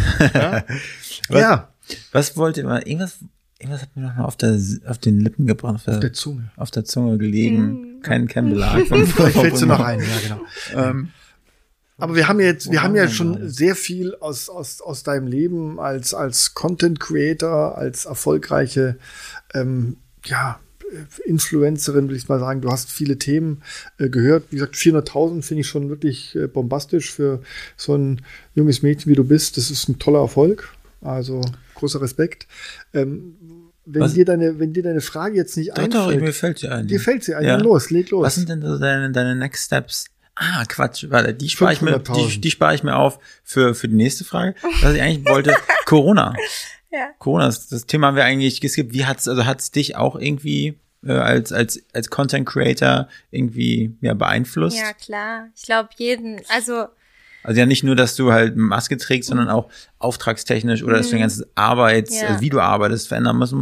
A: Was wollt ihr mal? Irgendwas hat mir noch mal auf den Lippen gebrannt. Auf der Zunge. Auf der Zunge gelegen. Kein Kennbelag.
B: Vielleicht fällst du noch ein, ja, genau. Aber wir haben ja schon sehr viel aus deinem Leben als Content Creator, als erfolgreiche, Influencerin, will ich mal sagen. Du hast viele Themen gehört. Wie gesagt, 400.000 finde ich schon wirklich bombastisch für so ein junges Mädchen, wie du bist. Das ist ein toller Erfolg. Also großer Respekt. wenn dir deine Frage jetzt nicht einfällt. Doch,
A: mir fällt sie ein.
B: Dir fällt sie ein, ja. Leg los.
A: Was sind denn so deine Next Steps? Quatsch, warte, die spare ich mir auf für die nächste Frage. Was ich eigentlich wollte, Corona.
C: Ja.
A: Corona, das Thema haben wir eigentlich geskippt. Hat's dich auch irgendwie als Content Creator irgendwie beeinflusst?
C: Ja, klar. Ich glaube also
A: ja nicht nur, dass du halt Maske trägst, sondern auch auftragstechnisch oder dass du deine ganze Arbeit, also wie du arbeitest, verändern musstest.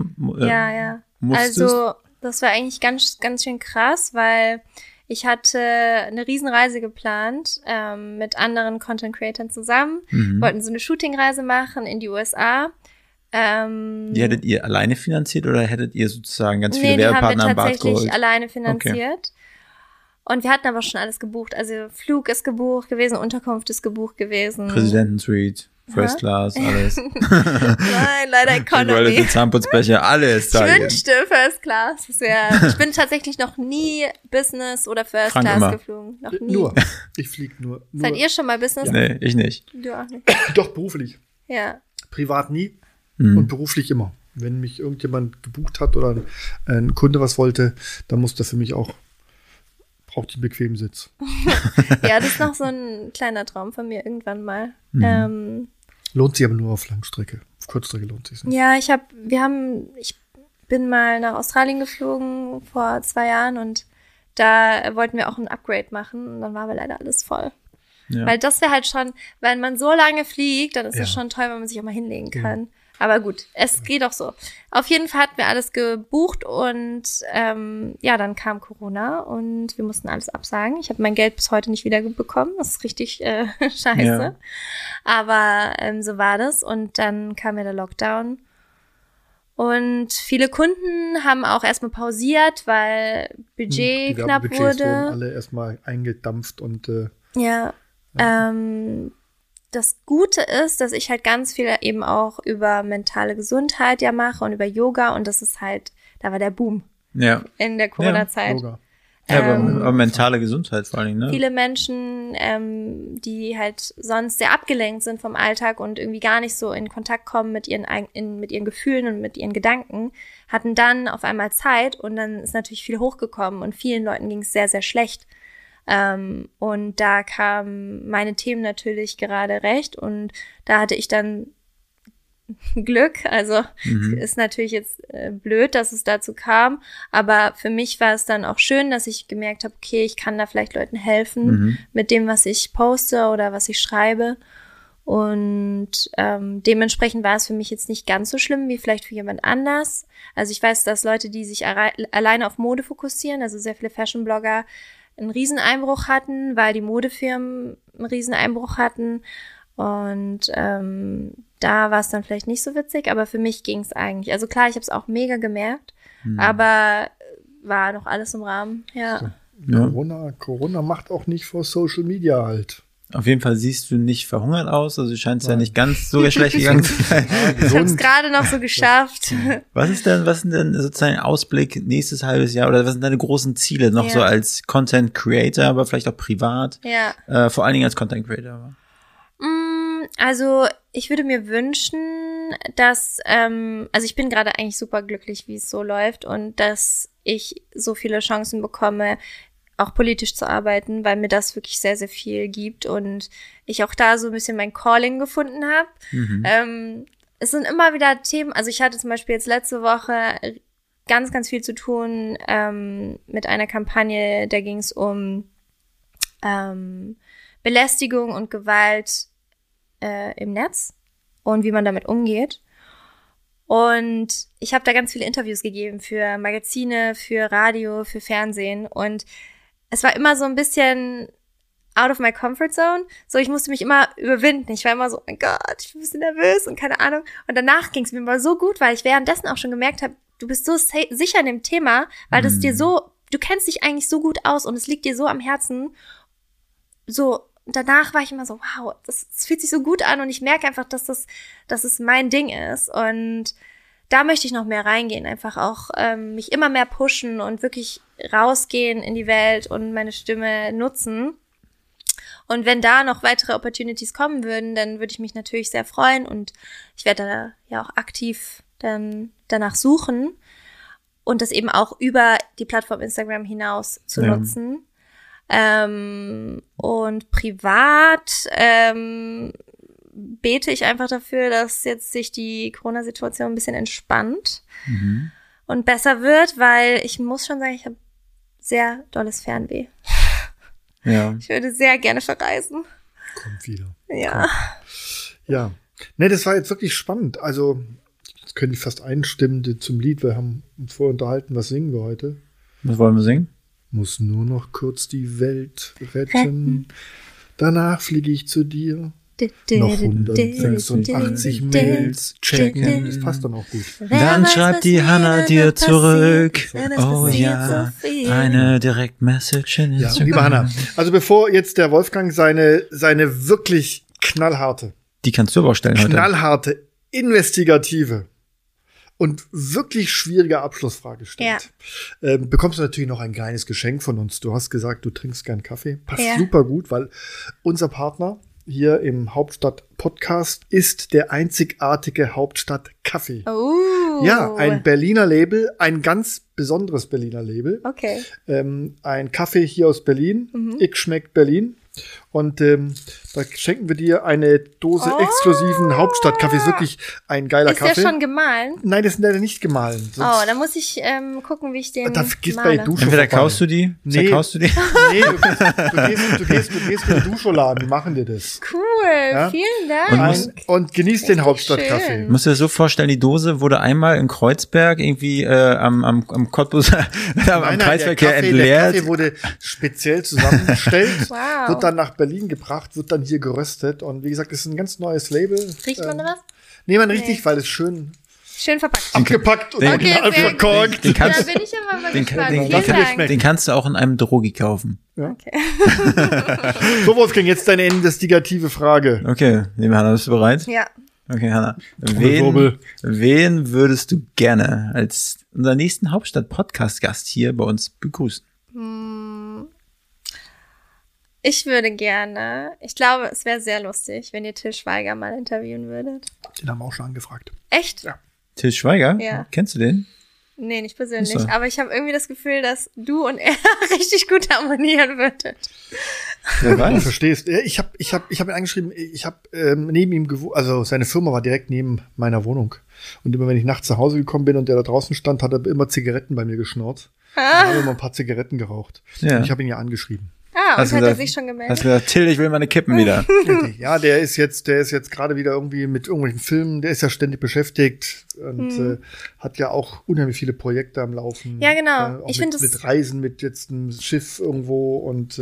C: Also das war eigentlich ganz, ganz schön krass, weil ich hatte eine Riesenreise geplant mit anderen Content-Creatern zusammen. Wollten so eine Shootingreise machen in die USA.
A: Die hättet ihr alleine finanziert oder hättet ihr sozusagen ganz viele Werbepartner am Bad geholt?
C: Die haben wir tatsächlich alleine finanziert. Okay. Und wir hatten aber schon alles gebucht. Also Flug ist gebucht gewesen, Unterkunft ist gebucht gewesen.
A: Präsidentensuite, First Class, alles.
C: Nein, leider Economy.
A: Zahnputzbecher, alles.
C: Ich wünschte First Class. Ich bin tatsächlich noch nie Business oder First Class geflogen. Noch nie.
B: Nur. Ich fliege nur.
C: Seid ihr schon mal Business?
A: Ja. Nee, ich nicht.
C: Du auch nicht.
B: Doch, beruflich.
C: Ja.
B: Privat nie und beruflich immer. Wenn mich irgendjemand gebucht hat oder ein Kunde was wollte, dann muss der für mich auch braucht den bequemen Sitz.
C: Ja, das ist noch so ein kleiner Traum von mir irgendwann mal.
B: Lohnt sich aber nur auf Langstrecke. Auf Kurzstrecke lohnt sich nicht.
C: Ja, ich bin mal nach Australien geflogen vor 2 Jahren und da wollten wir auch ein Upgrade machen und dann war aber leider alles voll. Ja. Weil das wäre halt schon, wenn man so lange fliegt, dann ist es schon toll, wenn man sich auch mal hinlegen kann. Ja. Aber gut, es geht auch so. Auf jeden Fall hatten wir alles gebucht und dann kam Corona und wir mussten alles absagen. Ich habe mein Geld bis heute nicht wieder bekommen. Das ist richtig scheiße. Ja. Aber so war das. Und dann kam ja der Lockdown. Und viele Kunden haben auch erstmal pausiert, weil Budget knapp wurde.
B: Wurden alle erstmal eingedampft und
C: das Gute ist, dass ich halt ganz viel eben auch über mentale Gesundheit mache und über Yoga und das ist halt, da war der Boom in der Corona-Zeit.
A: Ja, aber mentale Gesundheit vor allen Dingen, ne?
C: Viele Menschen, die halt sonst sehr abgelenkt sind vom Alltag und irgendwie gar nicht so in Kontakt kommen mit ihren Gefühlen und mit ihren Gedanken, hatten dann auf einmal Zeit und dann ist natürlich viel hochgekommen und vielen Leuten ging es sehr, sehr schlecht. Und da kamen meine Themen natürlich gerade recht und da hatte ich dann Glück, also ist natürlich jetzt blöd, dass es dazu kam, aber für mich war es dann auch schön, dass ich gemerkt habe, okay, ich kann da vielleicht Leuten helfen mit dem, was ich poste oder was ich schreibe und dementsprechend war es für mich jetzt nicht ganz so schlimm wie vielleicht für jemand anders. Also ich weiß, dass Leute, die sich alleine auf Mode fokussieren, also sehr viele Fashion-Blogger, einen Rieseneinbruch hatten, weil die Modefirmen einen Rieseneinbruch hatten und da war es dann vielleicht nicht so witzig, aber für mich ging es eigentlich. Also klar, ich habe es auch mega gemerkt, aber war noch alles im Rahmen, ja.
B: Corona macht auch nicht vor Social Media halt.
A: Auf jeden Fall siehst du nicht verhungert aus, also du scheinst ja nicht ganz so schlecht gegangen zu sein.
C: Ich habe es gerade noch so geschafft.
A: Was ist denn sozusagen ein Ausblick nächstes halbes Jahr oder was sind deine großen Ziele noch so als Content Creator, aber vielleicht auch privat? Ja. Vor allen Dingen als Content Creator.
C: Also ich würde mir wünschen, dass, also ich bin gerade eigentlich super glücklich, wie es so läuft und dass ich so viele Chancen bekomme, auch politisch zu arbeiten, weil mir das wirklich sehr, sehr viel gibt und ich auch da so ein bisschen mein Calling gefunden habe. Es sind immer wieder Themen, also ich hatte zum Beispiel jetzt letzte Woche ganz, ganz viel zu tun mit einer Kampagne, da ging es um Belästigung und Gewalt im Netz und wie man damit umgeht. Und ich habe da ganz viele Interviews gegeben für Magazine, für Radio, für Fernsehen und es war immer so ein bisschen out of my comfort zone. So, ich musste mich immer überwinden. Ich war immer so, oh mein Gott, ich bin ein bisschen nervös und keine Ahnung. Und danach ging es mir immer so gut, weil ich währenddessen auch schon gemerkt habe, du bist so sicher in dem Thema, weil das dir so, du kennst dich eigentlich so gut aus und es liegt dir so am Herzen. So, danach war ich immer so, wow, das fühlt sich so gut an und ich merke einfach, dass es mein Ding ist und da möchte ich noch mehr reingehen, einfach auch mich immer mehr pushen und wirklich rausgehen in die Welt und meine Stimme nutzen. Und wenn da noch weitere Opportunities kommen würden, dann würde ich mich natürlich sehr freuen und ich werde da ja auch aktiv dann danach suchen und das eben auch über die Plattform Instagram hinaus zu nutzen. Und privat bete ich einfach dafür, dass jetzt sich die Corona-Situation ein bisschen entspannt und besser wird, weil ich muss schon sagen, ich habe sehr dolles Fernweh.
A: Ja.
C: Ich würde sehr gerne verreisen.
B: Kommt wieder.
C: Ja.
B: Ja. Ne, das war jetzt wirklich spannend. Also, jetzt könnte ich fast einstimmen zum Lied. Wir haben uns vorher unterhalten, was singen wir heute?
A: Was wollen wir singen?
B: Muss nur noch kurz die Welt retten. Danach fliege ich zu dir. Noch 186 Mails checken. Das passt dann auch gut.
A: Dann schreibt die Hannah dir zurück. Oh ja, eine Direct-Message in
B: Ja,
A: Instagram.
B: liebe Hannah, also bevor jetzt der Wolfgang seine wirklich knallharte,
A: Die kannst du aber auch stellen heute.
B: investigative und wirklich schwierige Abschlussfrage stellt, bekommst du natürlich noch ein kleines Geschenk von uns. Du hast gesagt, du trinkst gern Kaffee. Passt super gut, weil unser Partner hier im Hauptstadt-Podcast ist der einzigartige Hauptstadt-Kaffee.
C: Oh.
B: Ja, ein Berliner Label, ein ganz besonderes Berliner Label.
C: Okay.
B: Ein Kaffee hier aus Berlin. Ich schmeckt Berlin. Und da schenken wir dir eine Dose exklusiven Hauptstadtkaffees. Wirklich ein geiler Kaffee.
C: Ist der schon gemahlen?
B: Nein, das ist leider nicht gemahlen.
C: Oh, da muss ich gucken, wie ich den
B: Da gehst bei
C: male.
B: Dusche
A: Entweder
B: vorbei.
A: kaufst du die,
B: Nee.
A: zerkaufst du die.
B: Nee, du gehst in den Duscholaden, die machen dir das.
C: Cool,
B: Ja?
C: vielen Dank.
B: Und genieß den Hauptstadtkaffee.
C: schön.
A: Du musst dir das so vorstellen, die Dose wurde einmal in Kreuzberg irgendwie am Cottbus, am Kreisverkehr
B: der
A: entleert.
B: Kaffee wurde speziell zusammengestellt,
C: Wow.
B: wird dann nach Berlin gebracht, wird dann hier geröstet. Und wie gesagt, das ist ein ganz neues Label.
C: Riecht man da was?
B: Nee, man richtig, weil es schön
C: Schön verpackt.
B: abgepackt und
A: den-
B: original
C: Okay, sehr gut.
B: verkorkt.
A: Den
C: Da
A: kannst,
C: bin ich aber mal
A: den,
C: gespannt.
A: den,
C: Vielen
A: den,
C: Dank.
A: den kannst du auch in einem Drogi kaufen.
C: Okay.
B: So, Wolfgang, jetzt deine investigative Frage.
A: Okay, liebe Hannah, bist du bereit?
C: Ja.
A: Okay, Hannah.
B: Trommelwirbel.
A: Wen würdest du gerne als unseren nächsten Hauptstadt-Podcast-Gast hier bei uns begrüßen?
C: Ich würde gerne, ich glaube, es wäre sehr lustig, wenn ihr Til Schweiger mal interviewen würdet.
B: Den haben wir auch schon angefragt.
C: Echt?
B: Ja.
A: Til Schweiger?
C: Ja.
A: Kennst du den?
C: Nee, nicht persönlich.
A: Ach so.
C: Aber ich habe irgendwie das Gefühl, dass du und er richtig gut harmonieren würdet.
A: Wer
B: Du
A: weiß.
B: verstehst. Ja, ich hab ihn angeschrieben, ich habe neben ihm gewohnt, also seine Firma war direkt neben meiner Wohnung. Und immer wenn ich nachts nach Hause gekommen bin und der da draußen stand, hat er immer Zigaretten bei mir geschnurrt. Dann haben wir immer ein paar Zigaretten geraucht.
A: Ja.
B: Und ich habe ihn ja angeschrieben.
C: Ah, und
A: Hast
C: hat
A: gesagt-
C: er sich schon
A: Hast
C: gemeldet?
A: gesagt, Till, ich will meine Kippen wieder.
B: Ja, der ist jetzt gerade wieder irgendwie mit irgendwelchen Filmen, der ist ja ständig beschäftigt und hat ja auch unheimlich viele Projekte am Laufen.
C: Ja, genau.
B: Auch
C: Ich
B: mit,
C: find das-
B: mit Reisen, mit jetzt einem Schiff irgendwo und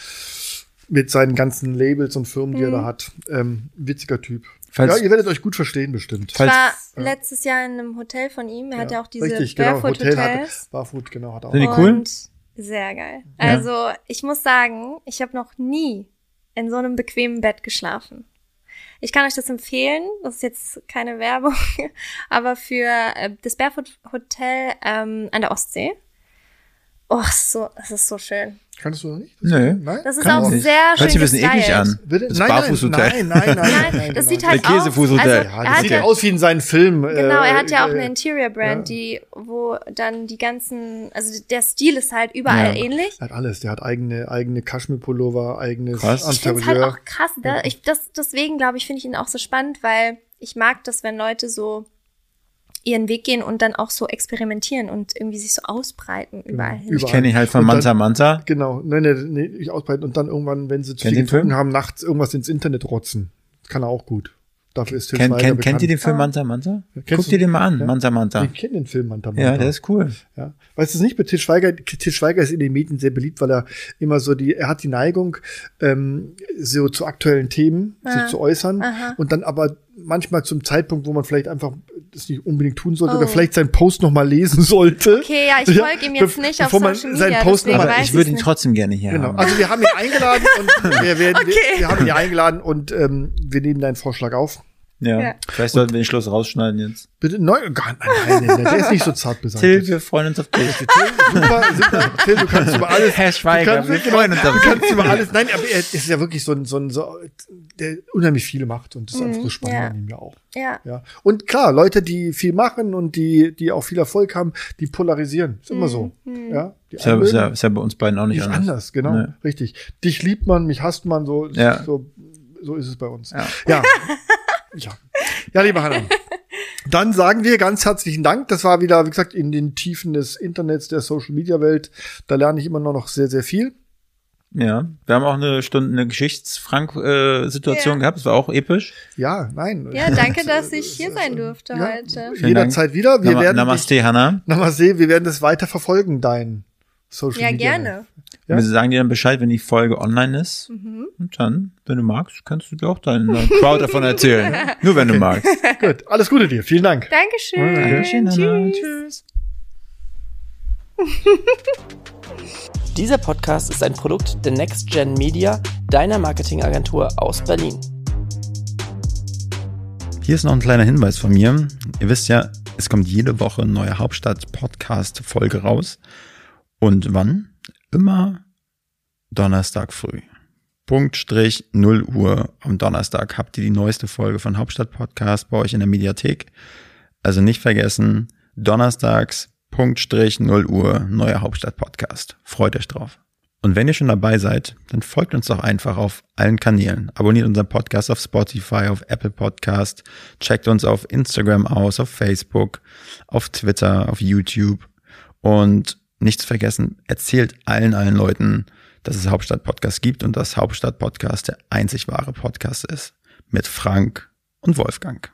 B: mit seinen ganzen Labels und Firmen, die er da hat. Witziger Typ.
A: Falls-
B: Ja, ihr werdet euch gut verstehen, bestimmt.
C: Ich
A: Falls-
C: war letztes Jahr in einem Hotel von ihm. Er hat ja auch diese
B: Richtig, genau. Hotel
C: Barefoot-Hotels.
B: hat Barfoot, genau, hat er auch.
A: Sind die cool?
C: Und sehr geil. Also, ich muss sagen, ich habe noch nie in so einem bequemen Bett geschlafen. Ich kann euch das empfehlen. Das ist jetzt keine Werbung, aber für das Barefoot Hotel an der Ostsee. Oh, das ist so schön.
B: Kannst du noch nicht?
A: Nö.
B: Nein?
C: Das ist
A: Kann
C: auch
A: ich nicht.
C: sehr schön
A: Hört sich ein bisschen eklig
C: gestylt.
A: an.
B: Bitte?
A: Das
B: Nein,
A: Barfußhotel.
B: Nein,
C: Nein, das sieht halt
A: Der Käsefußhotel.
C: aus.
B: Ja, das
C: er
B: sieht
C: hat
B: ja aus wie in seinen Filmen.
C: Genau, er hat ja auch eine
B: äh,
C: Interior-Brand, wo dann die ganzen, also der Stil ist halt überall
A: Ja.
C: ähnlich.
B: Er hat alles. Der hat eigene Kaschmir-Pullover, eigenes
A: Krass.
C: Ich finde es halt
B: Interieur.
C: auch krass. Deswegen, glaube ich, finde ich ihn auch so spannend, weil ich mag das, wenn Leute so ihren Weg gehen und dann auch so experimentieren und irgendwie sich so ausbreiten überall hin.
A: Ich kenne ihn halt von
B: Und dann-
A: Manta Manta.
B: Genau, nee, ich ausbreiten und dann irgendwann, wenn sie zu
A: Kennt
B: viel
A: den Film?
B: getrunken haben, nachts irgendwas ins Internet rotzen. Das kann er auch gut. Dafür ist Til Schweiger
A: Kennt
B: bekannt.
A: ihr den Film Manta Manta?
B: Kennst
A: Guck
B: du?
A: dir den mal an,
B: Ja.
A: Manta Manta.
B: Ich kenne den Film Manta Manta.
A: Ja, der ist cool.
B: Ja. Weißt du es nicht bei Til Schweiger? Til Schweiger ist in den Medien sehr beliebt, weil er immer so er hat die Neigung, so zu aktuellen Themen sich zu äußern und dann aber manchmal zum Zeitpunkt, wo man vielleicht einfach das nicht unbedingt tun sollte oder vielleicht seinen Post noch mal lesen sollte.
C: Okay, ja, ich folge ihm jetzt nicht auf
B: bevor man
C: Social Media,
B: seinen Post
C: deswegen
B: noch mal-
A: Aber
C: weiß
A: ich würde ihn
C: ich's nicht.
A: trotzdem gerne hier
B: Genau.
A: haben.
B: Also wir haben ihn eingeladen und wir haben ihn eingeladen und wir nehmen deinen Vorschlag auf.
A: Ja. Vielleicht sollten wir den Schluss rausschneiden jetzt.
B: Bitte, nein, der ist nicht so zart besagt.
A: Till, wir freuen uns auf dich.
B: Super, Till, du kannst über alles.
A: Herr Schweiger, wir freuen uns auf dich.
B: Du kannst über alles. Nein, aber es ist ja wirklich so, der unheimlich viel macht und das ist einfach so spannend an ihm ja auch. Ja. Und klar, Leute, die viel machen und die auch viel Erfolg haben, die polarisieren. Ist immer so. Ja.
A: Ist ja bei uns beiden auch nicht
B: anders. Genau, nee. Richtig. Dich liebt man, mich hasst man, so ist es bei uns. Ja. Ja, liebe Hannah. Dann sagen wir ganz herzlichen Dank. Das war wieder, wie gesagt, in den Tiefen des Internets, der Social-Media-Welt. Da lerne ich immer noch sehr, sehr viel.
A: Ja, wir haben auch eine Geschichts-Frank-Situation gehabt. Das war auch episch.
B: Ja, nein.
C: Ja, danke, dass ich hier sein durfte heute.
B: Jederzeit wieder. Wir werden
A: Namaste, Hannah.
B: Namaste, wir werden das weiter verfolgen, dein Social Media.
C: Ja, gerne.
A: Ja? Wir sagen dir dann Bescheid, wenn die Folge online ist. Und dann, wenn du magst, kannst du dir auch deinen Crowd davon erzählen. Nur wenn du magst.
B: Gut, alles Gute dir. Vielen Dank.
C: Dankeschön.
A: Dankeschön, Hannah. Tschüss.
D: Dieser Podcast ist ein Produkt der Next Gen Media, deiner Marketingagentur aus Berlin.
A: Hier ist noch ein kleiner Hinweis von mir. Ihr wisst ja, es kommt jede Woche eine neue Hauptstadt-Podcast-Folge raus. Und wann? Immer Donnerstag früh. Punktstrich 0 Uhr am Donnerstag habt ihr die neueste Folge von Hauptstadt Podcast bei euch in der Mediathek. Also nicht vergessen, donnerstags Punktstrich 0 Uhr, neuer Hauptstadt Podcast. Freut euch drauf. Und wenn ihr schon dabei seid, dann folgt uns doch einfach auf allen Kanälen. Abonniert unseren Podcast auf Spotify, auf Apple Podcast, checkt uns auf Instagram aus, auf Facebook, auf Twitter, auf YouTube und nichts vergessen, erzählt allen Leuten, dass es Hauptstadt-Podcast gibt und dass Hauptstadt-Podcast der einzig wahre Podcast ist. Mit Frank und Wolfgang.